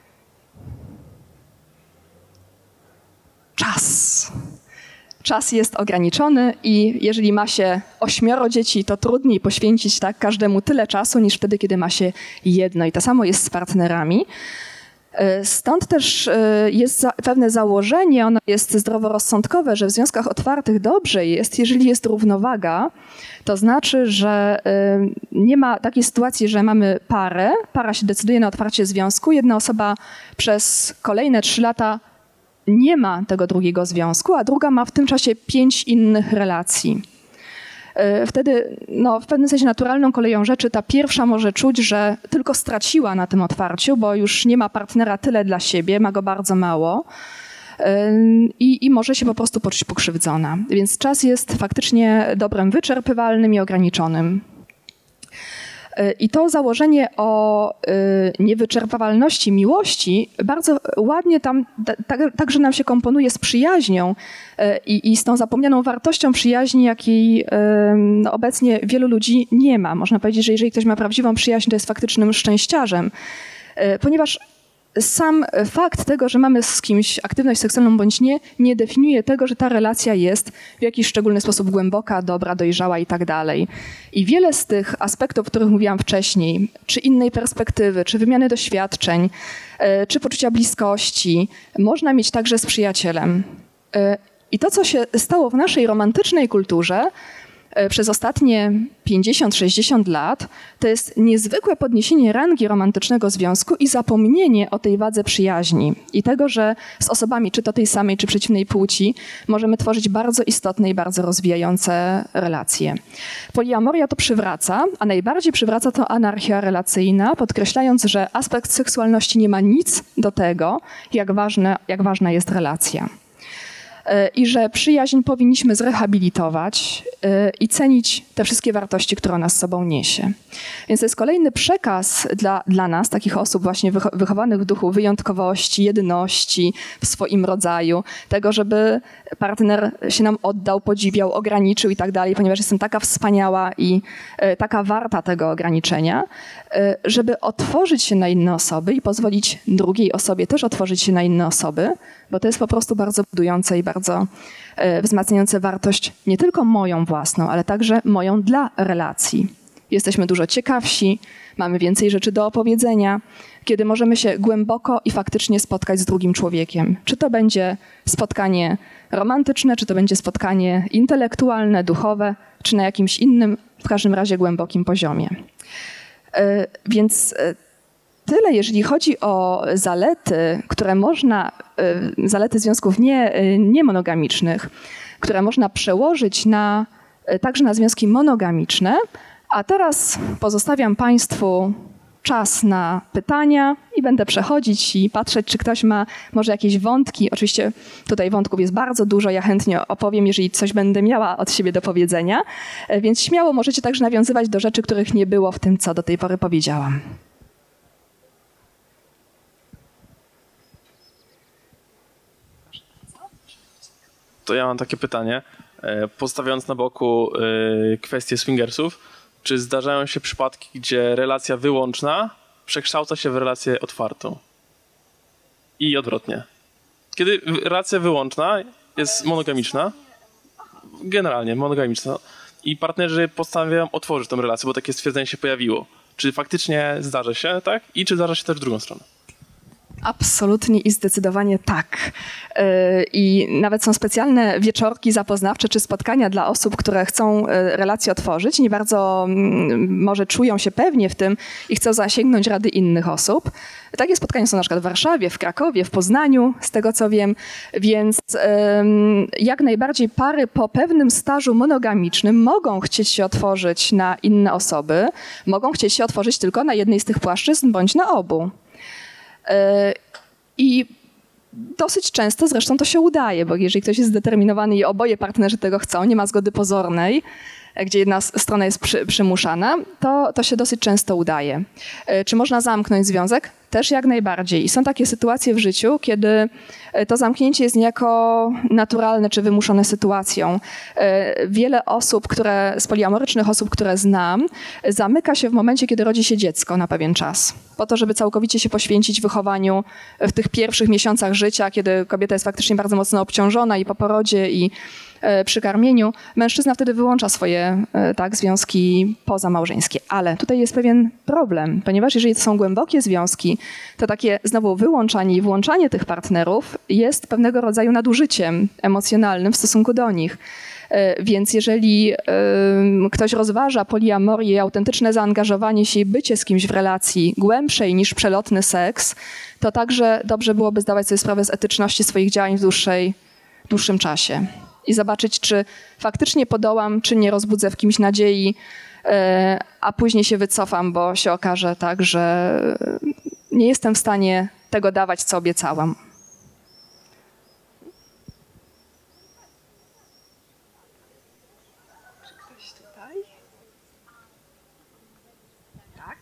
A: Czas. Czas jest ograniczony i jeżeli ma się ośmioro dzieci, to trudniej poświęcić tak każdemu tyle czasu, niż wtedy, kiedy ma się jedno. I to samo jest z partnerami. Stąd też jest pewne założenie, ono jest zdroworozsądkowe, że w związkach otwartych dobrze jest, jeżeli jest równowaga. To znaczy, że nie ma takiej sytuacji, że mamy parę, para się decyduje na otwarcie związku, jedna osoba przez kolejne trzy lata nie ma tego drugiego związku, a druga ma w tym czasie pięć innych relacji. wtedy no, w pewnym sensie naturalną koleją rzeczy ta pierwsza może czuć, że tylko straciła na tym otwarciu, bo już nie ma partnera tyle dla siebie, ma go bardzo mało. I, I może się po prostu poczuć pokrzywdzona. Więc czas jest faktycznie dobrem wyczerpywalnym i ograniczonym. I to założenie o niewyczerpywalności miłości bardzo ładnie tam tak, także nam się komponuje z przyjaźnią i, i z tą zapomnianą wartością przyjaźni, jakiej no, obecnie wielu ludzi nie ma. Można powiedzieć, że jeżeli ktoś ma prawdziwą przyjaźń, to jest faktycznym szczęściarzem, ponieważ sam fakt tego, że mamy z kimś aktywność seksualną bądź nie, nie definiuje tego, że ta relacja jest w jakiś szczególny sposób głęboka, dobra, dojrzała i tak dalej. I wiele z tych aspektów, o których mówiłam wcześniej, czy innej perspektywy, czy wymiany doświadczeń, czy poczucia bliskości, można mieć także z przyjacielem. I to, co się stało w naszej romantycznej kulturze, przez ostatnie pięćdziesiąt sześćdziesiąt lat, to jest niezwykłe podniesienie rangi romantycznego związku i zapomnienie o tej wadze przyjaźni i tego, że z osobami, czy to tej samej, czy przeciwnej płci, możemy tworzyć bardzo istotne i bardzo rozwijające relacje. Poliamoria to przywraca, a najbardziej przywraca to anarchia relacyjna, podkreślając, że aspekt seksualności nie ma nic do tego, jak ważne, jak ważna jest relacja. I że przyjaźń powinniśmy zrehabilitować i cenić te wszystkie wartości, które ona z sobą niesie. Więc to jest kolejny przekaz dla, dla nas, takich osób właśnie wychowanych w duchu wyjątkowości, jedności w swoim rodzaju, tego, żeby partner się nam oddał, podziwiał, ograniczył i tak dalej, ponieważ jestem taka wspaniała i taka warta tego ograniczenia, żeby otworzyć się na inne osoby i pozwolić drugiej osobie też otworzyć się na inne osoby, bo to jest po prostu bardzo budujące i bardzo wzmacniające wartość nie tylko moją własną, ale także moją dla relacji. Jesteśmy dużo ciekawsi, mamy więcej rzeczy do opowiedzenia, kiedy możemy się głęboko i faktycznie spotkać z drugim człowiekiem. Czy to będzie spotkanie romantyczne, czy to będzie spotkanie intelektualne, duchowe, czy na jakimś innym, w każdym razie głębokim poziomie. Więc tyle, jeżeli chodzi o zalety, które można, zalety związków nie, niemonogamicznych, które można przełożyć na, także na związki monogamiczne. A teraz pozostawiam Państwu czas na pytania i będę przechodzić i patrzeć, czy ktoś ma może jakieś wątki. Oczywiście tutaj wątków jest bardzo dużo, ja chętnie opowiem, jeżeli coś będę miała od siebie do powiedzenia, więc śmiało możecie także nawiązywać do rzeczy, których nie było w tym, co do tej pory powiedziałam.
E: To ja mam takie pytanie. Postawiając na boku kwestię swingersów, czy zdarzają się przypadki, gdzie relacja wyłączna przekształca się w relację otwartą? I odwrotnie. Kiedy relacja wyłączna jest monogamiczna, generalnie monogamiczna, i partnerzy postanawiają otworzyć tę relację, bo takie stwierdzenie się pojawiło. Czy faktycznie zdarza się tak? I czy zdarza się też w drugą stronę?
A: Absolutnie i zdecydowanie tak. I nawet są specjalne wieczorki zapoznawcze czy spotkania dla osób, które chcą relacje otworzyć, nie bardzo może czują się pewnie w tym i chcą zasięgnąć rady innych osób. Takie spotkania są na przykład w Warszawie, w Krakowie, w Poznaniu, z tego co wiem, więc jak najbardziej pary po pewnym stażu monogamicznym mogą chcieć się otworzyć na inne osoby, mogą chcieć się otworzyć tylko na jednej z tych płaszczyzn bądź na obu. I dosyć często zresztą to się udaje, bo jeżeli ktoś jest zdeterminowany i oboje partnerzy tego chcą, nie ma zgody pozornej, gdzie jedna strona jest przy, przymuszana, to, to się dosyć często udaje. Czy można zamknąć związek? Też jak najbardziej. I są takie sytuacje w życiu, kiedy to zamknięcie jest niejako naturalne czy wymuszone sytuacją. Wiele osób, które, z poliamorycznych osób, które znam, zamyka się w momencie, kiedy rodzi się dziecko na pewien czas. Po to, żeby całkowicie się poświęcić wychowaniu w tych pierwszych miesiącach życia, kiedy kobieta jest faktycznie bardzo mocno obciążona i po porodzie, i przy karmieniu. Mężczyzna wtedy wyłącza swoje tak, związki pozamałżeńskie. Ale tutaj jest pewien problem, ponieważ jeżeli to są głębokie związki, to takie znowu wyłączanie i włączanie tych partnerów jest pewnego rodzaju nadużyciem emocjonalnym w stosunku do nich. Więc jeżeli y, ktoś rozważa poliamorię i autentyczne zaangażowanie się i bycie z kimś w relacji głębszej niż przelotny seks, to także dobrze byłoby zdawać sobie sprawę z etyczności swoich działań w dłuższej, w dłuższym czasie. i zobaczyć, czy faktycznie podołam, czy nie rozbudzę w kimś nadziei, a później się wycofam, bo się okaże tak, że nie jestem w stanie tego dawać, co obiecałam.
F: Czy ktoś tutaj? Tak?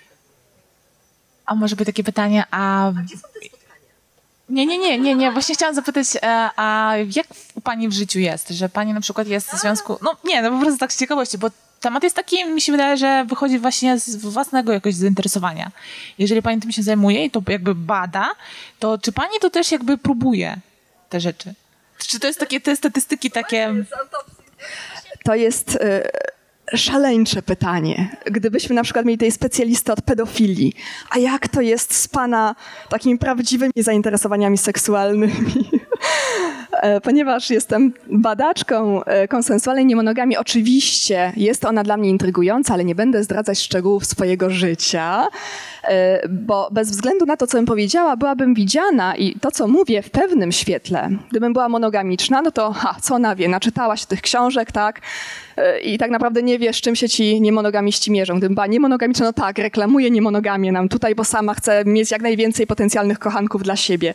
B: A może by takie pytanie, a...
F: A gdzie są te spotkania?
B: Nie, nie, nie, nie, nie. Właśnie chciałam zapytać, e, a jak u pani w życiu jest, że pani na przykład jest w związku... No nie, no po prostu tak z ciekawości, bo temat jest taki, mi się wydaje, że wychodzi właśnie z własnego jakoś zainteresowania. Jeżeli pani tym się zajmuje i to jakby bada, to czy pani to też jakby próbuje te rzeczy? Czy to jest takie, te statystyki takie...
A: To jest y, szaleńcze pytanie. Gdybyśmy na przykład mieli tutaj specjalistę od pedofilii, a jak to jest z pana takimi prawdziwymi zainteresowaniami seksualnymi? Ponieważ jestem badaczką konsensualnej niemonogamii, oczywiście jest ona dla mnie intrygująca, ale nie będę zdradzać szczegółów swojego życia, bo bez względu na to, co bym powiedziała, byłabym widziana i to, co mówię, w pewnym świetle. Gdybym była monogamiczna, no to ha, co ona wie, naczytała się tych książek, tak? I tak naprawdę nie wie, z czym się ci niemonogamiści mierzą. Gdybym była niemonogamiczna, no tak, reklamuje niemonogamię nam tutaj, bo sama chce mieć jak najwięcej potencjalnych kochanków dla siebie.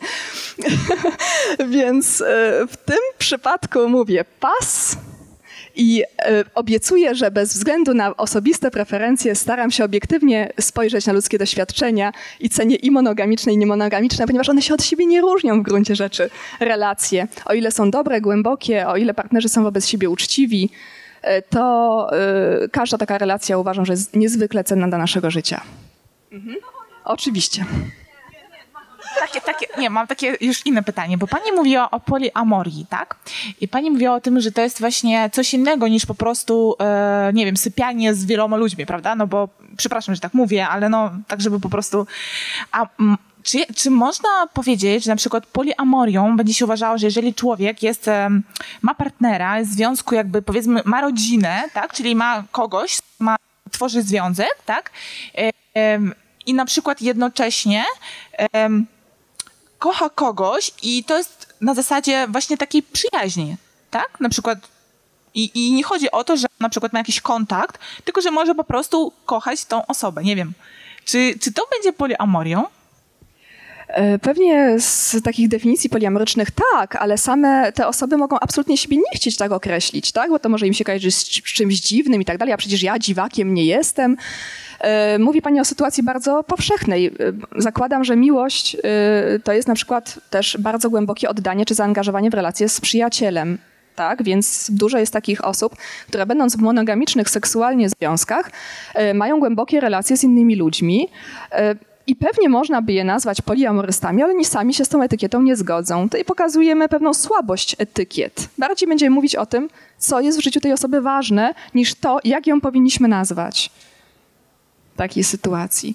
A: Więc w tym przypadku mówię pas i obiecuję, że bez względu na osobiste preferencje staram się obiektywnie spojrzeć na ludzkie doświadczenia i cenię i monogamiczne, i niemonogamiczne, ponieważ one się od siebie nie różnią w gruncie rzeczy, relacje. O ile są dobre, głębokie, o ile partnerzy są wobec siebie uczciwi, to y, każda taka relacja uważam, że jest niezwykle cenna dla naszego życia. Mhm. Oczywiście.
B: Takie, takie, nie, mam takie już inne pytanie, bo pani mówiła o poliamorii, tak? I pani mówiła o tym, że to jest właśnie coś innego niż po prostu, e, nie wiem, sypianie z wieloma ludźmi, prawda? No bo, przepraszam, że tak mówię, ale no tak, żeby po prostu... A, m, Czy, czy można powiedzieć, że na przykład poliamorią będzie się uważało, że jeżeli człowiek jest, ma partnera, jest w związku jakby powiedzmy ma rodzinę, tak, czyli ma kogoś, ma, tworzy związek, tak, i na przykład jednocześnie um, kocha kogoś i to jest na zasadzie właśnie takiej przyjaźni, tak, na przykład i, i nie chodzi o to, że na przykład ma jakiś kontakt, tylko że może po prostu kochać tą osobę, nie wiem, czy, czy to będzie poliamorią?
A: Pewnie z takich definicji poliamorycznych tak, ale same te osoby mogą absolutnie siebie nie chcieć tak określić, tak? Bo to może im się kojarzyć z czymś dziwnym i tak dalej, a przecież ja dziwakiem nie jestem. Mówi pani o sytuacji bardzo powszechnej. Zakładam, że miłość to jest na przykład też bardzo głębokie oddanie czy zaangażowanie w relacje z przyjacielem. Tak, więc dużo jest takich osób, które będąc w monogamicznych seksualnie związkach mają głębokie relacje z innymi ludźmi. I pewnie można by je nazwać poliamorystami, ale oni sami się z tą etykietą nie zgodzą. Tutaj pokazujemy pewną słabość etykiet. Bardziej będziemy mówić o tym, co jest w życiu tej osoby ważne, niż to, jak ją powinniśmy nazwać w takiej sytuacji.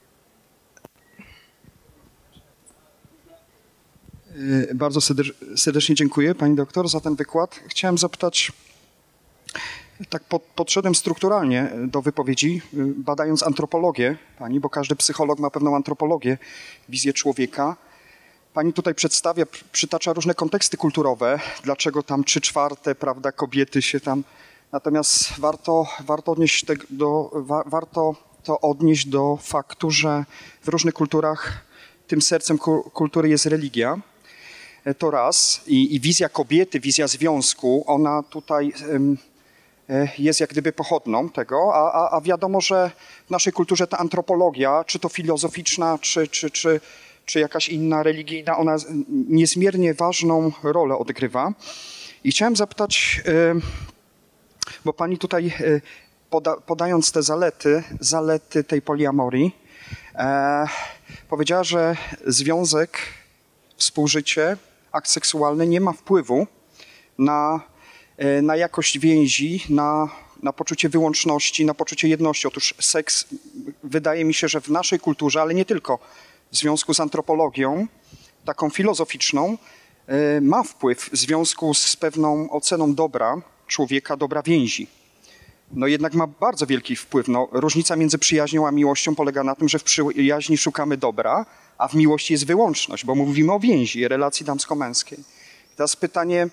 G: Bardzo serdecznie dziękuję pani doktor za ten wykład. Chciałem zapytać, tak pod, podszedłem strukturalnie do wypowiedzi, badając antropologię pani, bo każdy psycholog ma pewną antropologię, wizję człowieka. Pani tutaj przedstawia, przytacza różne konteksty kulturowe, dlaczego tam trzy czwarte, prawda, kobiety się tam... Natomiast warto, warto, odnieść te, do, wa, warto to odnieść do faktu, że w różnych kulturach tym sercem kultury jest religia. To raz. I, i wizja kobiety, wizja związku, ona tutaj... Um, jest jak gdyby pochodną tego, a, a, a wiadomo, że w naszej kulturze ta antropologia, czy to filozoficzna, czy, czy, czy, czy jakaś inna religijna, ona niezmiernie ważną rolę odgrywa. I chciałem zapytać, bo pani tutaj poda, podając te zalety, zalety tej poliamorii, e, powiedziała, że związek, współżycie, akt seksualny nie ma wpływu na na jakość więzi, na, na poczucie wyłączności, na poczucie jedności. Otóż seks, wydaje mi się, że w naszej kulturze, ale nie tylko, w związku z antropologią, taką filozoficzną, ma wpływ w związku z pewną oceną dobra człowieka, dobra więzi. No jednak ma bardzo wielki wpływ. No, różnica między przyjaźnią a miłością polega na tym, że w przyjaźni szukamy dobra, a w miłości jest wyłączność, bo mówimy o więzi, relacji damsko-męskiej. Teraz pytanie,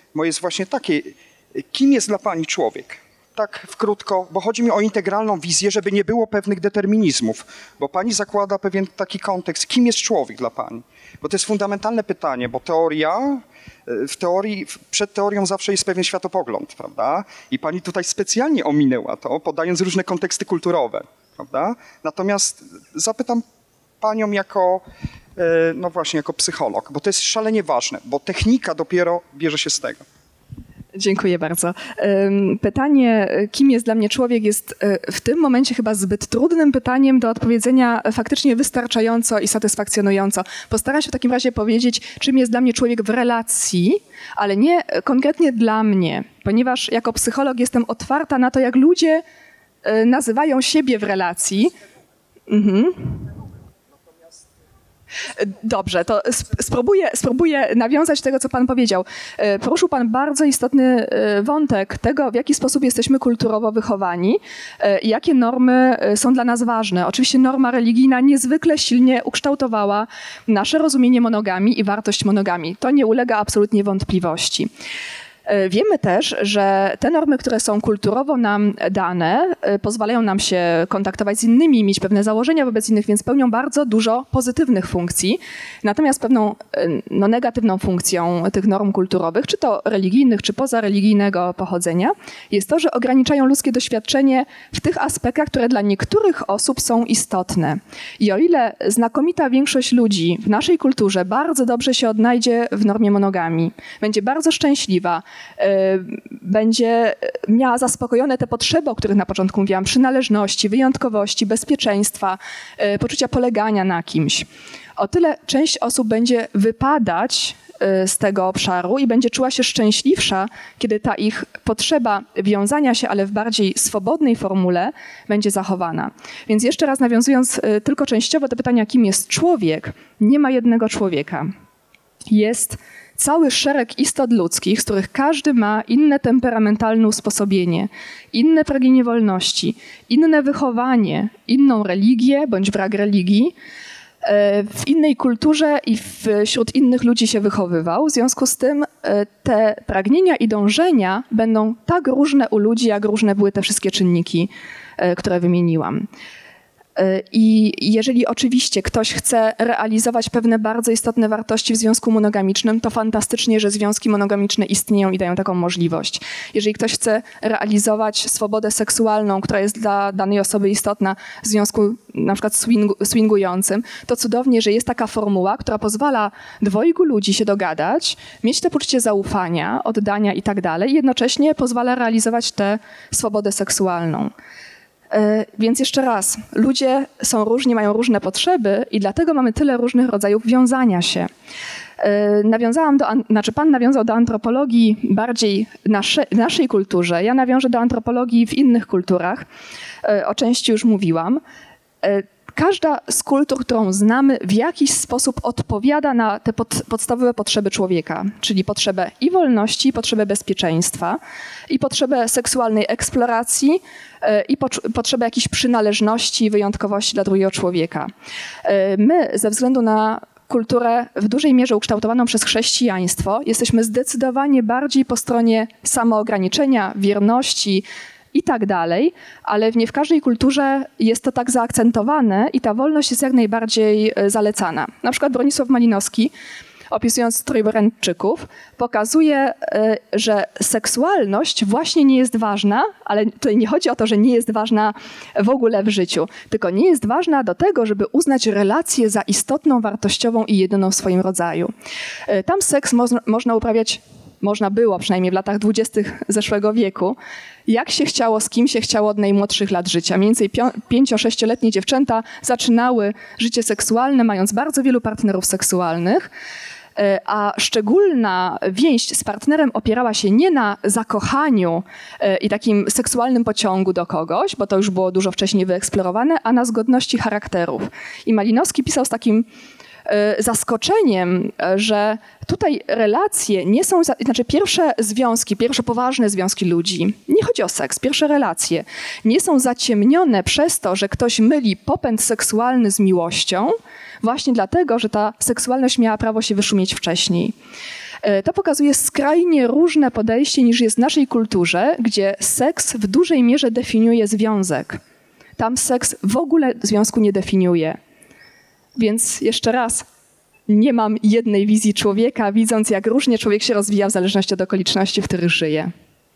G: moje jest właśnie takie, kim jest dla pani człowiek? Tak w krótko, bo chodzi mi o integralną wizję, żeby nie było pewnych determinizmów, bo pani zakłada pewien taki kontekst, kim jest człowiek dla pani? Bo to jest fundamentalne pytanie, bo teoria, w teorii, przed teorią zawsze jest pewien światopogląd, prawda? I pani tutaj specjalnie ominęła to, podając różne konteksty kulturowe, prawda? Natomiast zapytam panią jako, no właśnie, jako psycholog, bo to jest szalenie ważne, bo technika dopiero bierze się z tego.
A: Dziękuję bardzo. Pytanie, kim jest dla mnie człowiek, jest w tym momencie chyba zbyt trudnym pytaniem do odpowiedzenia faktycznie wystarczająco i satysfakcjonująco. Postaram się w takim razie powiedzieć, czym jest dla mnie człowiek w relacji, ale nie konkretnie dla mnie, ponieważ jako psycholog jestem otwarta na to, jak ludzie nazywają siebie w relacji. Mhm. Dobrze, to spróbuję, spróbuję nawiązać do tego, co pan powiedział. Poruszył pan bardzo istotny wątek tego, w jaki sposób jesteśmy kulturowo wychowani i jakie normy są dla nas ważne. Oczywiście norma religijna niezwykle silnie ukształtowała nasze rozumienie monogami i wartość monogami. To nie ulega absolutnie wątpliwości. Wiemy też, że te normy, które są kulturowo nam dane, pozwalają nam się kontaktować z innymi, mieć pewne założenia wobec innych, więc pełnią bardzo dużo pozytywnych funkcji. Natomiast pewną no, negatywną funkcją tych norm kulturowych, czy to religijnych, czy pozareligijnego pochodzenia, jest to, że ograniczają ludzkie doświadczenie w tych aspektach, które dla niektórych osób są istotne. I o ile znakomita większość ludzi w naszej kulturze bardzo dobrze się odnajdzie w normie monogami, będzie bardzo szczęśliwa, będzie miała zaspokojone te potrzeby, o których na początku mówiłam, przynależności, wyjątkowości, bezpieczeństwa, poczucia polegania na kimś. O tyle część osób będzie wypadać z tego obszaru i będzie czuła się szczęśliwsza, kiedy ta ich potrzeba wiązania się, ale w bardziej swobodnej formule, będzie zachowana. Więc jeszcze raz nawiązując tylko częściowo do pytania, kim jest człowiek, nie ma jednego człowieka. Jest cały szereg istot ludzkich, z których każdy ma inne temperamentalne usposobienie, inne pragnienie wolności, inne wychowanie, inną religię bądź brak religii, w innej kulturze i wśród innych ludzi się wychowywał. W związku z tym te pragnienia i dążenia będą tak różne u ludzi, jak różne były te wszystkie czynniki, które wymieniłam. I jeżeli oczywiście ktoś chce realizować pewne bardzo istotne wartości w związku monogamicznym, to fantastycznie, że związki monogamiczne istnieją i dają taką możliwość. Jeżeli ktoś chce realizować swobodę seksualną, która jest dla danej osoby istotna w związku na przykład swingu, swingującym, to cudownie, że jest taka formuła, która pozwala dwojgu ludzi się dogadać, mieć to poczucie zaufania, oddania i tak dalej i jednocześnie pozwala realizować tę swobodę seksualną. Więc jeszcze raz, ludzie są różni, mają różne potrzeby i dlatego mamy tyle różnych rodzajów wiązania się. Nawiązałam do, znaczy pan nawiązał do antropologii bardziej nasze, w naszej kulturze, ja nawiążę do antropologii w innych kulturach, o części już mówiłam. Każda z kultur, którą znamy, w jakiś sposób odpowiada na te pod, podstawowe potrzeby człowieka, czyli potrzebę i wolności, i potrzebę bezpieczeństwa, i potrzebę seksualnej eksploracji, i potrzebę jakiejś przynależności i wyjątkowości dla drugiego człowieka. My, ze względu na kulturę w dużej mierze ukształtowaną przez chrześcijaństwo, jesteśmy zdecydowanie bardziej po stronie samoograniczenia, wierności, i tak dalej, ale nie w każdej kulturze jest to tak zaakcentowane i ta wolność jest jak najbardziej zalecana. Na przykład Bronisław Malinowski, opisując Trójborędczyków, pokazuje, że seksualność właśnie nie jest ważna, ale tutaj nie chodzi o to, że nie jest ważna w ogóle w życiu, tylko nie jest ważna do tego, żeby uznać relację za istotną, wartościową i jedyną w swoim rodzaju. Tam seks mo- można uprawiać można było przynajmniej w latach dwudziestych zeszłego wieku, jak się chciało, z kim się chciało od najmłodszych lat życia. Mniej więcej pięcio-sześcioletnie dziewczęta zaczynały życie seksualne, mając bardzo wielu partnerów seksualnych, a szczególna więź z partnerem opierała się nie na zakochaniu i takim seksualnym pociągu do kogoś, bo to już było dużo wcześniej wyeksplorowane, a na zgodności charakterów. I Malinowski pisał z takim zaskoczeniem, że tutaj relacje nie są, znaczy pierwsze związki, pierwsze poważne związki ludzi, nie chodzi o seks, pierwsze relacje, nie są zaciemnione przez to, że ktoś myli popęd seksualny z miłością, właśnie dlatego, że ta seksualność miała prawo się wyszumieć wcześniej. To pokazuje skrajnie różne podejście niż jest w naszej kulturze, gdzie seks w dużej mierze definiuje związek. Tam seks w ogóle związku nie definiuje. Więc jeszcze raz, nie mam jednej wizji człowieka, widząc jak różnie człowiek się rozwija w zależności od okoliczności, w których żyje.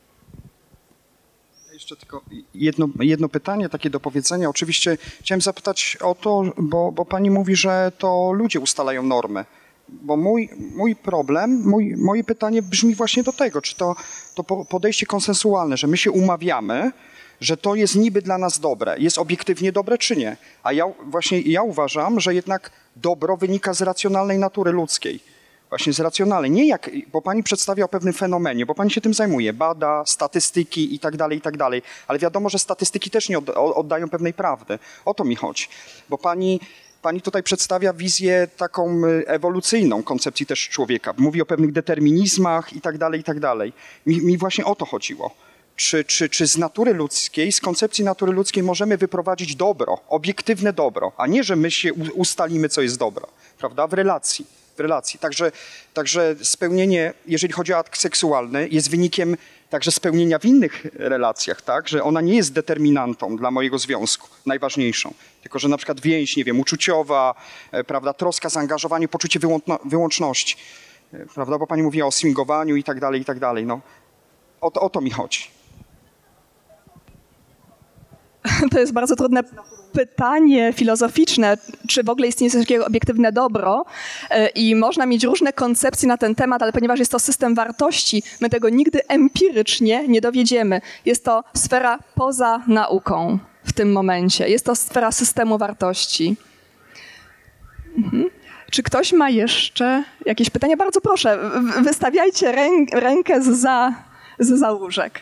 G: Jeszcze tylko jedno, jedno pytanie, takie do powiedzenia. Oczywiście chciałem zapytać o to, bo, bo pani mówi, że to ludzie ustalają normy. Bo mój, mój problem, mój, moje pytanie brzmi właśnie do tego, czy to, to podejście konsensualne, że my się umawiamy, że to jest niby dla nas dobre, jest obiektywnie dobre czy nie. A ja właśnie ja uważam, że jednak dobro wynika z racjonalnej natury ludzkiej. Właśnie z racjonalnej. Nie jak, bo pani przedstawia o pewnym fenomenie, bo pani się tym zajmuje, bada, statystyki i tak dalej, i tak dalej. Ale wiadomo, że statystyki też nie oddają pewnej prawdy. O to mi chodzi. Bo pani, pani tutaj przedstawia wizję taką ewolucyjną koncepcji też człowieka. Mówi o pewnych determinizmach i tak dalej, i tak dalej. Mi, mi właśnie o to chodziło. Czy, czy, czy z natury ludzkiej, z koncepcji natury ludzkiej możemy wyprowadzić dobro, obiektywne dobro, a nie, że my się ustalimy, co jest dobro, prawda, w relacji. W relacji. Także, także spełnienie, jeżeli chodzi o akt seksualny, jest wynikiem także spełnienia w innych relacjach, tak? Że ona nie jest determinantą dla mojego związku, najważniejszą. Tylko, że na przykład więź, nie wiem, uczuciowa, prawda, troska, zaangażowanie, poczucie wyłączności, prawda, bo pani mówiła o swingowaniu i tak dalej, i tak dalej. No. O, to, o to mi chodzi.
A: To jest bardzo trudne pytanie filozoficzne, czy w ogóle istnieje coś takiego obiektywne dobro i można mieć różne koncepcje na ten temat, ale ponieważ jest to system wartości, my tego nigdy empirycznie nie dowiedziemy. Jest to sfera poza nauką w tym momencie. Jest to sfera systemu wartości. Mhm. Czy ktoś ma jeszcze jakieś pytania? Bardzo proszę, wystawiajcie rę rękę za, za łóżek.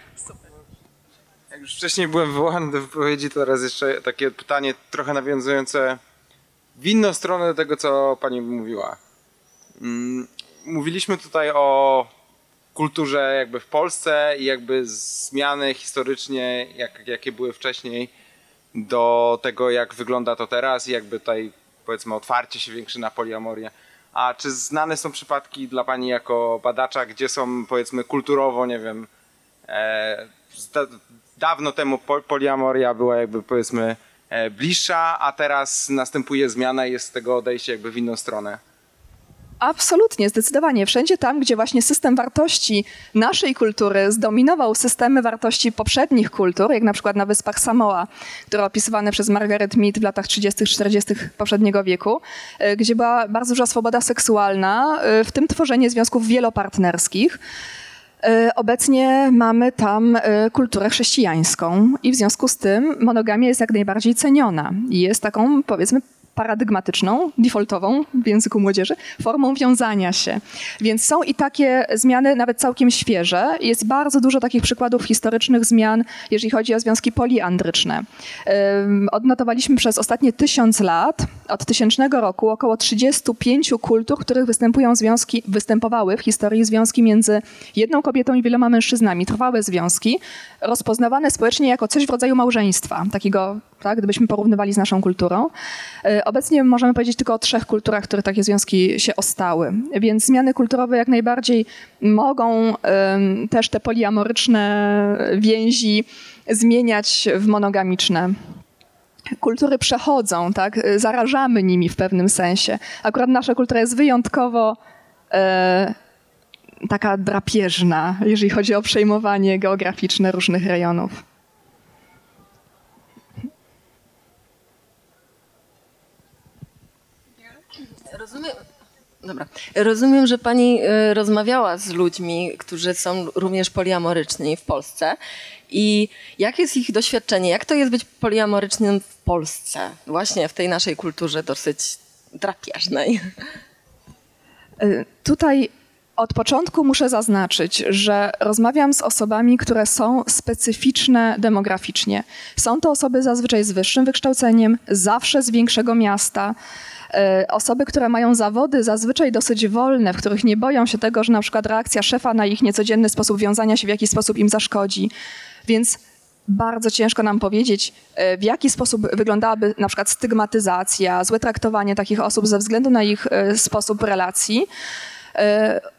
D: Jak już wcześniej byłem wywołany do wypowiedzi, to teraz jeszcze takie pytanie trochę nawiązujące w inną stronę do tego, co pani mówiła. Mówiliśmy tutaj o kulturze jakby w Polsce i jakby zmiany historycznie, jak, jakie były wcześniej, do tego, jak wygląda to teraz i jakby tutaj powiedzmy otwarcie się większe na poliamorię. A czy znane są przypadki dla pani jako badacza, gdzie są powiedzmy kulturowo, nie wiem, e, dawno temu poliamoria była jakby powiedzmy bliższa, a teraz następuje zmiana i jest z tego odejście jakby w inną stronę?
A: Absolutnie, zdecydowanie. Wszędzie tam, gdzie właśnie system wartości naszej kultury zdominował systemy wartości poprzednich kultur, jak na przykład na Wyspach Samoa, które opisywane przez Margaret Mead w latach trzydziestych, czterdziestych poprzedniego wieku, gdzie była bardzo duża swoboda seksualna, w tym tworzenie związków wielopartnerskich. Obecnie mamy tam kulturę chrześcijańską i w związku z tym monogamia jest jak najbardziej ceniona i jest taką, powiedzmy, paradygmatyczną, defaultową w języku młodzieży, formą wiązania się. Więc są i takie zmiany nawet całkiem świeże. Jest bardzo dużo takich przykładów historycznych zmian, jeżeli chodzi o związki poliandryczne. Odnotowaliśmy przez ostatnie tysiąc lat, od tysięcznego roku, około trzydziestu pięciu kultur, w których występują związki, występowały w historii związki między jedną kobietą i wieloma mężczyznami. Trwałe związki, rozpoznawane społecznie jako coś w rodzaju małżeństwa, takiego, tak, gdybyśmy porównywali z naszą kulturą. Obecnie możemy powiedzieć tylko o trzech kulturach, w których takie związki się ostały. Więc zmiany kulturowe jak najbardziej mogą um, też te poliamoryczne więzi zmieniać w monogamiczne. Kultury przechodzą, tak? Zarażamy nimi w pewnym sensie. Akurat nasza kultura jest wyjątkowo e, taka drapieżna, jeżeli chodzi o przejmowanie geograficzne różnych rejonów.
C: Rozumiem, dobra. Rozumiem, że pani y, rozmawiała z ludźmi, którzy są również poliamoryczni w Polsce. I jakie jest ich doświadczenie? Jak to jest być poliamorycznym w Polsce? Właśnie w tej naszej kulturze dosyć drapieżnej.
A: Y, tutaj od początku muszę zaznaczyć, że rozmawiam z osobami, które są specyficzne demograficznie. Są to osoby zazwyczaj z wyższym wykształceniem, zawsze z większego miasta. Osoby, które mają zawody zazwyczaj dosyć wolne, w których nie boją się tego, że na przykład reakcja szefa na ich niecodzienny sposób wiązania się w jakiś sposób im zaszkodzi. Więc bardzo ciężko nam powiedzieć, w jaki sposób wyglądałaby na przykład stygmatyzacja, złe traktowanie takich osób ze względu na ich sposób relacji.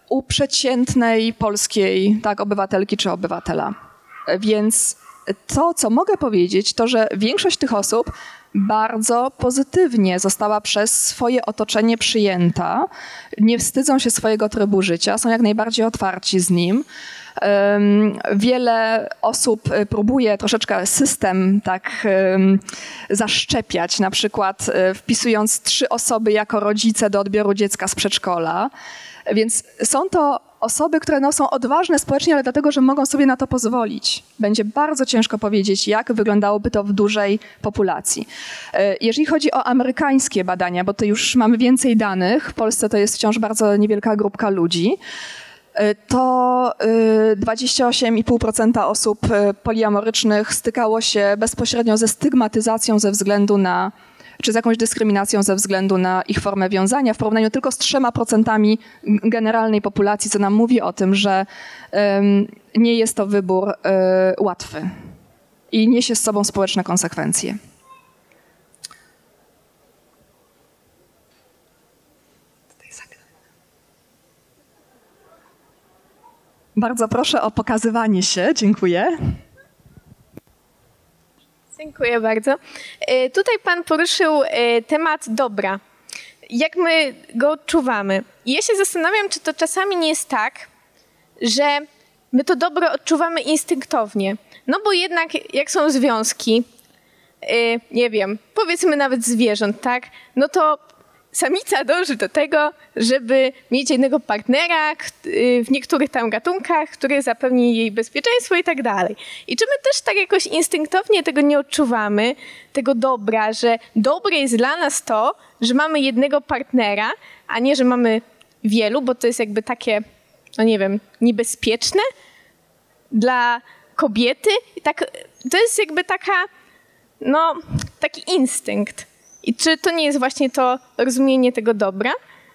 A: u przeciętnej polskiej tak, obywatelki czy obywatela. Więc to, co mogę powiedzieć, to, że większość tych osób bardzo pozytywnie została przez swoje otoczenie przyjęta, nie wstydzą się swojego trybu życia, są jak najbardziej otwarci z nim. Um, wiele osób próbuje troszeczkę system tak um, zaszczepiać, na przykład um, wpisując trzy osoby jako rodzice do odbioru dziecka z przedszkola. Więc są to osoby, które no, są odważne społecznie, ale dlatego, że mogą sobie na to pozwolić. Będzie bardzo ciężko powiedzieć, jak wyglądałoby to w dużej populacji. Jeżeli chodzi o amerykańskie badania, bo to już mamy więcej danych, w Polsce to jest wciąż bardzo niewielka grupka ludzi, to dwadzieścia osiem i pół procent osób poliamorycznych stykało się bezpośrednio ze stygmatyzacją ze względu na czy z jakąś dyskryminacją ze względu na ich formę wiązania w porównaniu tylko z trzema procentami generalnej populacji, co nam mówi o tym, że um, nie jest to wybór um, łatwy i niesie z sobą społeczne konsekwencje. Bardzo proszę o pokazywanie się. Dziękuję.
H: Dziękuję bardzo. Tutaj pan poruszył temat dobra. Jak my go odczuwamy? I ja się zastanawiam, czy to czasami nie jest tak, że my to dobro odczuwamy instynktownie. No bo jednak jak są związki, nie wiem, powiedzmy nawet zwierząt, tak? No to samica dąży do tego, żeby mieć jednego partnera w niektórych tam gatunkach, który zapewni jej bezpieczeństwo i tak dalej. I czy my też tak jakoś instynktownie tego nie odczuwamy, tego dobra, że dobre jest dla nas to, że mamy jednego partnera, a nie, że mamy wielu, bo to jest jakby takie, no nie wiem, niebezpieczne dla kobiety. I tak, to jest jakby taka, no, taki instynkt. I czy to nie jest właśnie to rozumienie tego dobra?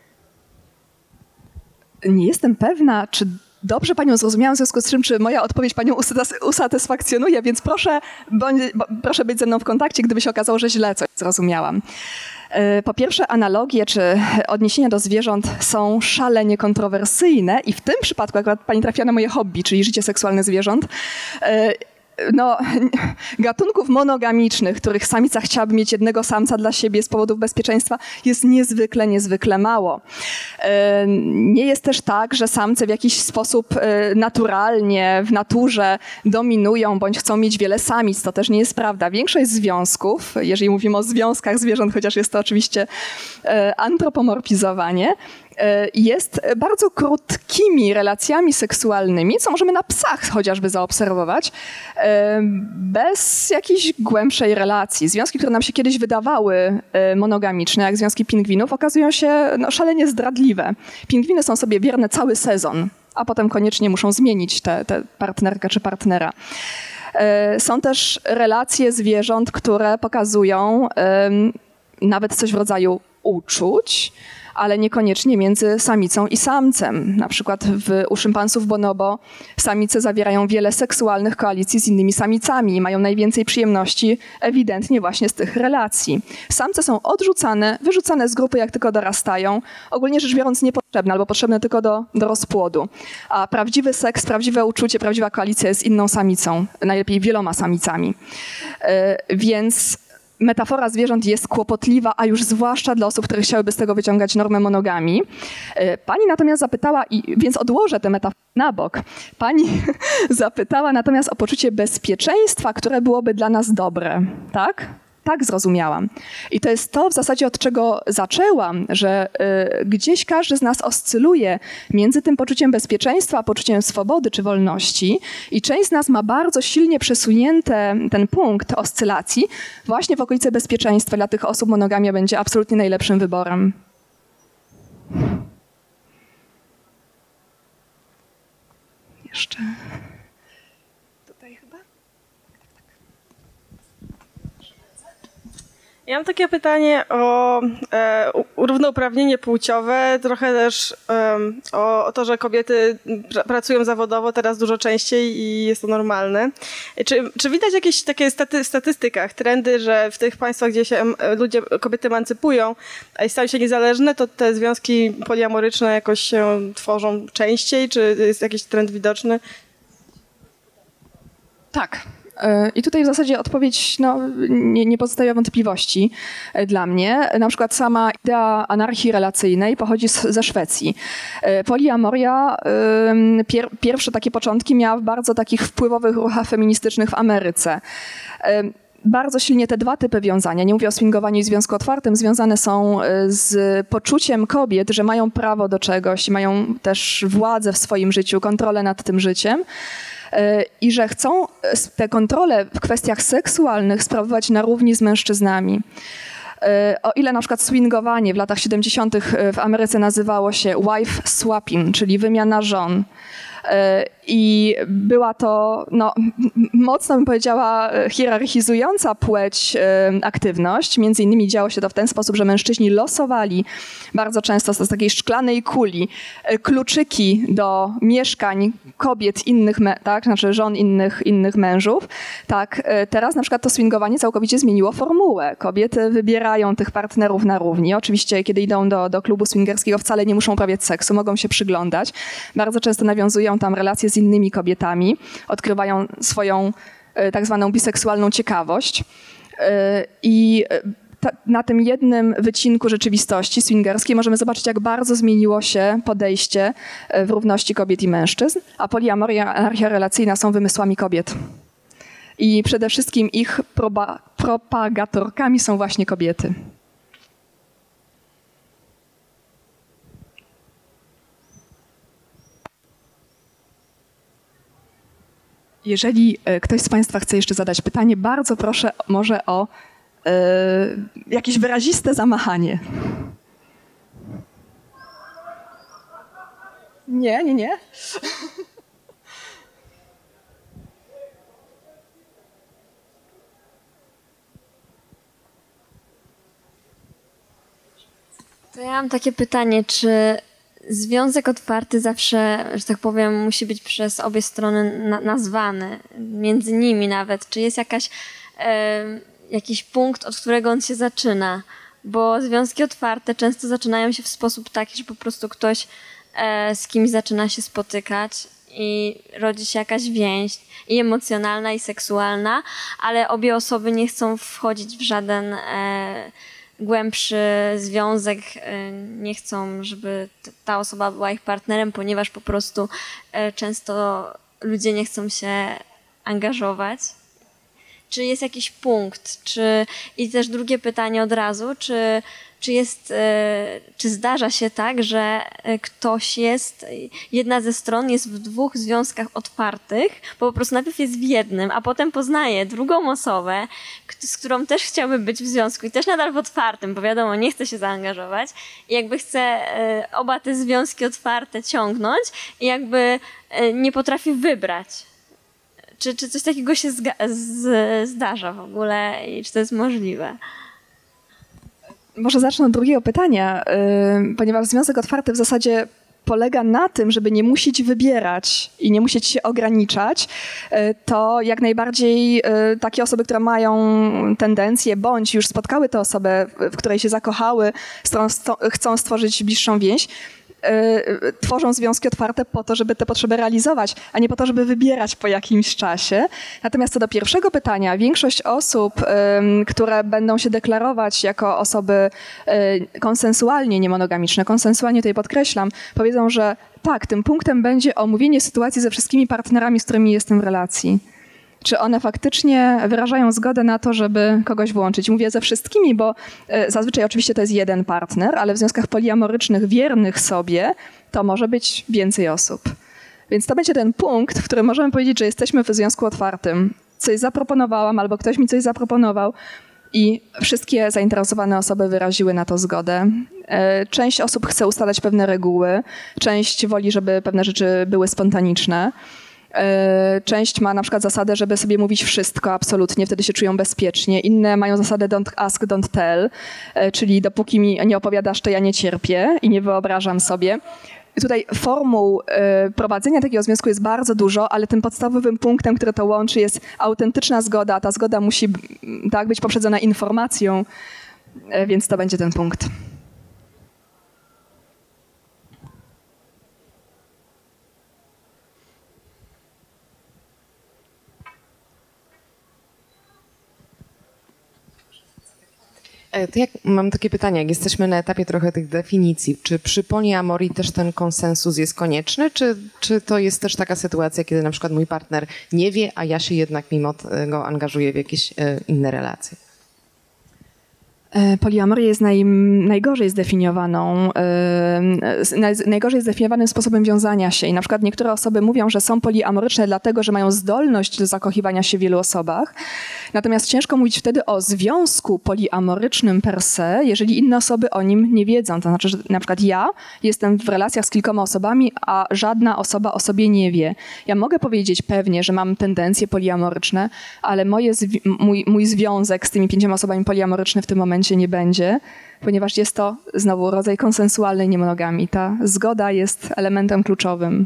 A: Nie jestem pewna, czy dobrze panią zrozumiałam, w związku z czym, czy moja odpowiedź panią usatysfakcjonuje, więc proszę, bądź, proszę być ze mną w kontakcie, gdyby się okazało, że źle coś zrozumiałam. Po pierwsze, analogie czy odniesienia do zwierząt są szalenie kontrowersyjne i w tym przypadku akurat pani trafiła na moje hobby, czyli życie seksualne zwierząt. No, gatunków monogamicznych, których samica chciałaby mieć jednego samca dla siebie z powodów bezpieczeństwa, jest niezwykle, niezwykle mało. Nie jest też tak, że samce w jakiś sposób naturalnie w naturze dominują bądź chcą mieć wiele samic. To też nie jest prawda. Większość związków, jeżeli mówimy o związkach zwierząt, chociaż jest to oczywiście antropomorfizowanie, jest bardzo krótkimi relacjami seksualnymi, co możemy na psach chociażby zaobserwować, bez jakiejś głębszej relacji. Związki, które nam się kiedyś wydawały monogamiczne, jak związki pingwinów, okazują się no, szalenie zdradliwe. Pingwiny są sobie wierne cały sezon, a potem koniecznie muszą zmienić tę partnerkę czy partnera. Są też relacje zwierząt, które pokazują nawet coś w rodzaju uczuć, ale niekoniecznie między samicą i samcem. Na przykład w, u szympansów bonobo samice zawierają wiele seksualnych koalicji z innymi samicami i mają najwięcej przyjemności ewidentnie właśnie z tych relacji. Samce są odrzucane, wyrzucane z grupy, jak tylko dorastają, ogólnie rzecz biorąc niepotrzebne albo potrzebne tylko do, do rozpłodu. A prawdziwy seks, prawdziwe uczucie, prawdziwa koalicja jest inną samicą, najlepiej wieloma samicami. Yy, więc metafora zwierząt jest kłopotliwa, a już zwłaszcza dla osób, które chciałyby z tego wyciągać normę monogami. Pani natomiast zapytała, i więc odłożę tę metaforę na bok. Pani zapytała natomiast o poczucie bezpieczeństwa, które byłoby dla nas dobre, tak? Tak zrozumiałam. I to jest to w zasadzie, od czego zaczęłam, że y, gdzieś każdy z nas oscyluje między tym poczuciem bezpieczeństwa a poczuciem swobody czy wolności i część z nas ma bardzo silnie przesunięty ten punkt oscylacji właśnie w okolicy bezpieczeństwa. Dla tych osób monogamia będzie absolutnie najlepszym wyborem. Jeszcze...
C: Ja mam takie pytanie o e,
I: równouprawnienie płciowe, trochę też um, o, o to, że kobiety pra- pracują zawodowo teraz dużo częściej i jest to normalne. Czy, czy widać jakieś takie staty- statystykach, trendy, że w tych państwach, gdzie się em, ludzie, kobiety emancypują, a i stają się niezależne, to te związki poliamoryczne jakoś się tworzą częściej? Czy jest jakiś trend widoczny?
A: Tak. I tutaj w zasadzie odpowiedź no, nie, nie pozostawia wątpliwości dla mnie. Na przykład sama idea anarchii relacyjnej pochodzi z, ze Szwecji. Poliamoria pier, pierwsze takie początki miała w bardzo takich wpływowych ruchach feministycznych w Ameryce. Bardzo silnie te dwa typy wiązania, nie mówię o swingowaniu i związku otwartym, związane są z poczuciem kobiet, że mają prawo do czegoś, mają też władzę w swoim życiu, kontrolę nad tym życiem. I że chcą tę kontrolę w kwestiach seksualnych sprawować na równi z mężczyznami. O ile na przykład swingowanie w latach siedemdziesiątych w Ameryce nazywało się wife swapping, czyli wymiana żon. I była to no, mocno, bym powiedziała, hierarchizująca płeć aktywność. Między innymi działo się to w ten sposób, że mężczyźni losowali bardzo często z takiej szklanej kuli kluczyki do mieszkań kobiet innych, tak, znaczy żon innych, innych mężów. Tak, teraz na przykład to swingowanie całkowicie zmieniło formułę. Kobiety wybierają tych partnerów na równi. Oczywiście, kiedy idą do, do klubu swingerskiego, wcale nie muszą uprawiać seksu, mogą się przyglądać. Bardzo często nawiązują tam relacje z innymi kobietami, odkrywają swoją tak zwaną biseksualną ciekawość. I ta, na tym jednym wycinku rzeczywistości swingerskiej możemy zobaczyć, jak bardzo zmieniło się podejście w równości kobiet i mężczyzn, a poliamoria i anarchia relacyjna są wymysłami kobiet. I przede wszystkim ich proba, propagatorkami są właśnie kobiety. Jeżeli ktoś z Państwa chce jeszcze zadać pytanie, bardzo proszę może o y, jakieś wyraziste zamachanie. Nie, nie, nie.
F: To ja mam takie pytanie, czy związek otwarty zawsze, że tak powiem, musi być przez obie strony na- nazwany, między nimi nawet. Czy jest jakaś, e, jakiś punkt, od którego on się zaczyna? Bo związki otwarte często zaczynają się w sposób taki, że po prostu ktoś e, z kimś zaczyna się spotykać i rodzi się jakaś więź i emocjonalna, i seksualna, ale obie osoby nie chcą wchodzić w żaden e, głębszy związek, nie chcą, żeby ta osoba była ich partnerem, ponieważ po prostu często ludzie nie chcą się angażować. Czy jest jakiś punkt? Czy, i też drugie pytanie od razu, czy, czy, jest, czy zdarza się tak, że ktoś jest, jedna ze stron jest w dwóch związkach otwartych, bo po prostu najpierw jest w jednym, a potem poznaje drugą osobę, z którą też chciałby być w związku i też nadal w otwartym, bo wiadomo, nie chce się zaangażować i jakby chce oba te związki otwarte ciągnąć i jakby nie potrafi wybrać. Czy, czy coś takiego się zga- z, zdarza w ogóle i czy to jest możliwe?
A: Może zacznę od drugiego pytania, yy, ponieważ związek otwarty w zasadzie polega na tym, żeby nie musieć wybierać i nie musieć się ograniczać, yy, to jak najbardziej yy, takie osoby, które mają tendencję, bądź już spotkały tę osobę, w której się zakochały, z którą sto- chcą stworzyć bliższą więź, Yy, tworzą związki otwarte po to, żeby te potrzeby realizować, a nie po to, żeby wybierać po jakimś czasie. Natomiast co do pierwszego pytania, większość osób, yy, które będą się deklarować jako osoby yy, konsensualnie niemonogamiczne, konsensualnie tutaj podkreślam, powiedzą, że tak, tym punktem będzie omówienie sytuacji ze wszystkimi partnerami, z którymi jestem w relacji. Czy one faktycznie wyrażają zgodę na to, żeby kogoś włączyć? Mówię ze wszystkimi, bo zazwyczaj oczywiście to jest jeden partner, ale w związkach poliamorycznych wiernych sobie to może być więcej osób. Więc to będzie ten punkt, w którym możemy powiedzieć, że jesteśmy w związku otwartym. Coś zaproponowałam albo ktoś mi coś zaproponował i wszystkie zainteresowane osoby wyraziły na to zgodę. Część osób chce ustalać pewne reguły, część woli, żeby pewne rzeczy były spontaniczne. Część ma na przykład zasadę, żeby sobie mówić wszystko absolutnie, wtedy się czują bezpiecznie. Inne mają zasadę don't ask, don't tell, czyli dopóki mi nie opowiadasz, to ja nie cierpię i nie wyobrażam sobie. Tutaj formuł prowadzenia takiego związku jest bardzo dużo, ale tym podstawowym punktem, który to łączy, jest autentyczna zgoda, a ta zgoda musi tak być poprzedzona informacją, więc to będzie ten punkt.
J: To jak, mam takie pytanie, jak jesteśmy na etapie trochę tych definicji, czy przy poliamorii też ten konsensus jest konieczny, czy, czy to jest też taka sytuacja, kiedy na przykład mój partner nie wie, a ja się jednak mimo tego angażuję w jakieś inne relacje?
A: Poliamoria jest naj, najgorzej zdefiniowaną, naj, najgorzej zdefiniowanym sposobem wiązania się i na przykład niektóre osoby mówią, że są poliamoryczne dlatego, że mają zdolność do zakochiwania się w wielu osobach, natomiast ciężko mówić wtedy o związku poliamorycznym per se, jeżeli inne osoby o nim nie wiedzą. To znaczy, że na przykład ja jestem w relacjach z kilkoma osobami, a żadna osoba o sobie nie wie. Ja mogę powiedzieć pewnie, że mam tendencje poliamoryczne, ale moje, mój, mój związek z tymi pięcioma osobami poliamoryczny w tym momencie nie będzie, ponieważ jest to znowu rodzaj konsensualnej niemonogamii. Ta zgoda jest elementem kluczowym.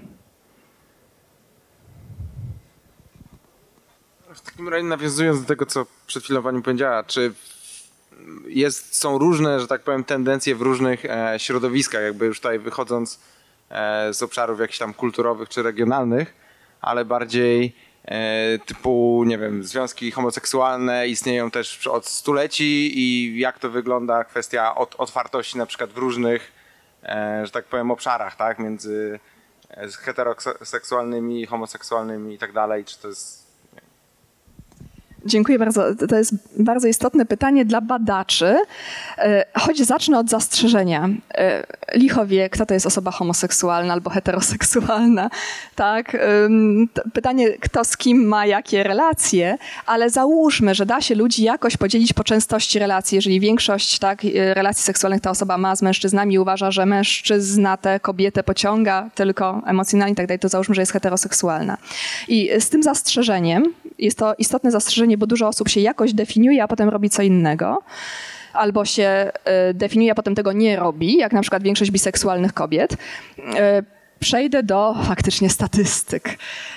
D: W takim razie nawiązując do tego, co przed chwilą pani powiedziała, czy jest, są różne, że tak powiem, tendencje w różnych e, środowiskach, jakby już tutaj wychodząc e, z obszarów jakichś tam kulturowych czy regionalnych, ale bardziej typu, nie wiem, związki homoseksualne istnieją też od stuleci i jak to wygląda kwestia od, otwartości na przykład w różnych, że tak powiem, obszarach, tak, między heteroseksualnymi, homoseksualnymi i tak dalej, czy to jest...
A: Dziękuję bardzo. To jest bardzo istotne pytanie dla badaczy, choć zacznę od zastrzeżenia. Licho wie, kto to jest osoba homoseksualna albo heteroseksualna. Tak? Pytanie, kto z kim ma jakie relacje, ale załóżmy, że da się ludzi jakoś podzielić po częstości relacji. Jeżeli większość tak, relacji seksualnych ta osoba ma z mężczyznami i uważa, że mężczyzna tę kobietę pociąga tylko emocjonalnie i tak dalej, to załóżmy, że jest heteroseksualna. I z tym zastrzeżeniem, jest to istotne zastrzeżenie, bo dużo osób się jakoś definiuje, a potem robi co innego. Albo się definiuje, a potem tego nie robi, jak na przykład większość biseksualnych kobiet. Przejdę do faktycznie statystyk.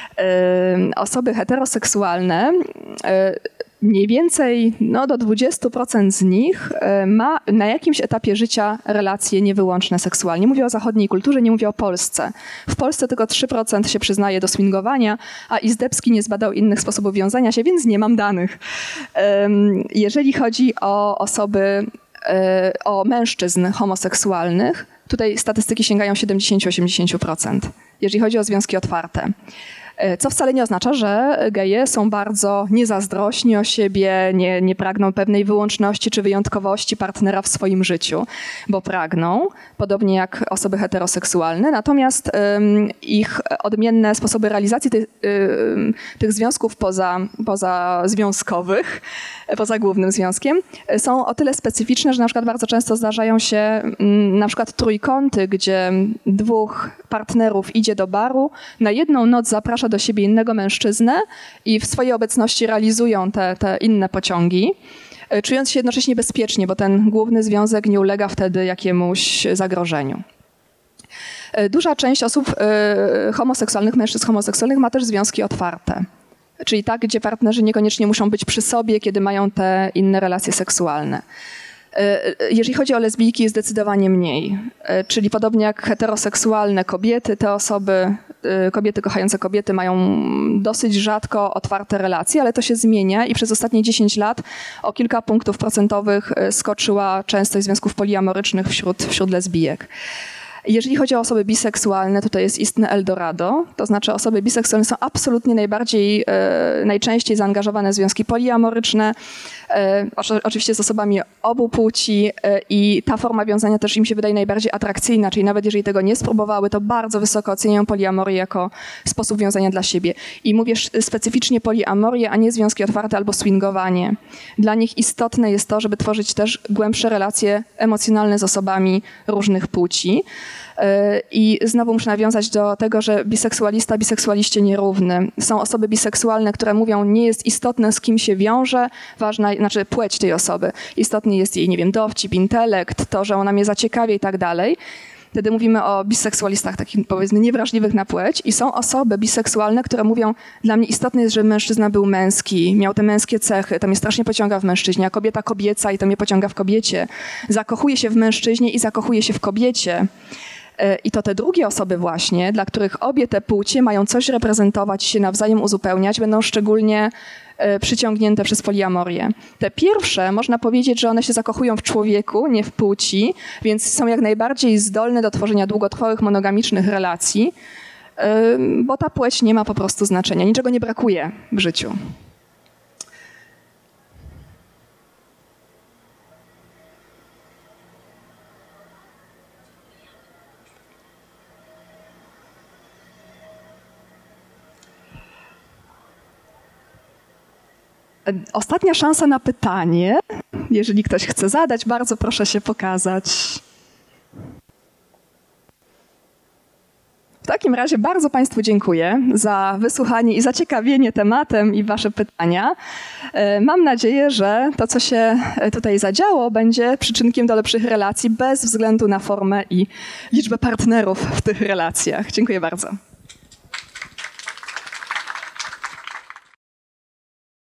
A: Osoby heteroseksualne, mniej więcej no, do dwadzieścia procent z nich ma na jakimś etapie życia relacje niewyłączne seksualnie. Mówię o zachodniej kulturze, nie mówię o Polsce. W Polsce tylko trzy procent się przyznaje do swingowania, a Izdebski nie zbadał innych sposobów wiązania się, więc nie mam danych. Jeżeli chodzi o osoby, o mężczyzn homoseksualnych, tutaj statystyki sięgają siedemdziesiąt do osiemdziesięciu procent, jeżeli chodzi o związki otwarte. Co wcale nie oznacza, że geje są bardzo niezazdrośni o siebie, nie, nie pragną pewnej wyłączności czy wyjątkowości partnera w swoim życiu, bo pragną, podobnie jak osoby heteroseksualne, natomiast um, ich odmienne sposoby realizacji tych, um, tych związków poza, pozazwiązkowych, poza głównym związkiem, są o tyle specyficzne, że na przykład bardzo często zdarzają się um, na przykład trójkąty, gdzie dwóch partnerów idzie do baru, na jedną noc zaprasza do siebie innego mężczyznę i w swojej obecności realizują te, te inne pociągi, czując się jednocześnie bezpiecznie, bo ten główny związek nie ulega wtedy jakiemuś zagrożeniu. Duża część osób homoseksualnych, mężczyzn homoseksualnych ma też związki otwarte. Czyli tak, gdzie partnerzy niekoniecznie muszą być przy sobie, kiedy mają te inne relacje seksualne. Jeżeli chodzi o lesbijki, zdecydowanie mniej. Czyli podobnie jak heteroseksualne kobiety, te osoby, kobiety kochające kobiety mają dosyć rzadko otwarte relacje, ale to się zmienia i przez ostatnie dziesięć lat o kilka punktów procentowych skoczyła częstość związków poliamorycznych wśród, wśród lesbijek. Jeżeli chodzi o osoby biseksualne, tutaj jest istne Eldorado, to znaczy osoby biseksualne są absolutnie najbardziej, e, najczęściej zaangażowane w związki poliamoryczne, e, oczywiście z osobami obu płci e, i ta forma wiązania też im się wydaje najbardziej atrakcyjna, czyli nawet jeżeli tego nie spróbowały, to bardzo wysoko oceniają poliamorię jako sposób wiązania dla siebie. I mówię specyficznie poliamorię, a nie związki otwarte albo swingowanie. Dla nich istotne jest to, żeby tworzyć też głębsze relacje emocjonalne z osobami różnych płci. I znowu muszę nawiązać do tego, że biseksualista, biseksualiście nierówny. Są osoby biseksualne, które mówią, nie jest istotne, z kim się wiąże, ważna, znaczy płeć tej osoby. Istotny jest jej, nie wiem, dowcip, intelekt, to, że ona mnie zaciekawia i tak dalej. Wtedy mówimy o biseksualistach, takich powiedzmy niewrażliwych na płeć. I są osoby biseksualne, które mówią, dla mnie istotne jest, żeby mężczyzna był męski, miał te męskie cechy, to mnie strasznie pociąga w mężczyźnie, a kobieta kobieca i to mnie pociąga w kobiecie. Zakochuje się w mężczyźnie i zakochuje się w kobiecie. I to te drugie osoby właśnie, dla których obie te płcie mają coś reprezentować, się nawzajem uzupełniać, będą szczególnie przyciągnięte przez poliamorię. Te pierwsze, można powiedzieć, że one się zakochują w człowieku, nie w płci, więc są jak najbardziej zdolne do tworzenia długotrwałych, monogamicznych relacji, bo ta płeć nie ma po prostu znaczenia. Niczego nie brakuje w życiu. Ostatnia szansa na pytanie. Jeżeli ktoś chce zadać, bardzo proszę się pokazać. W takim razie bardzo Państwu dziękuję za wysłuchanie i zaciekawienie tematem i Wasze pytania. Mam nadzieję, że to, co się tutaj zadziało, będzie przyczynkiem do lepszych relacji bez względu na formę i liczbę partnerów w tych relacjach. Dziękuję bardzo.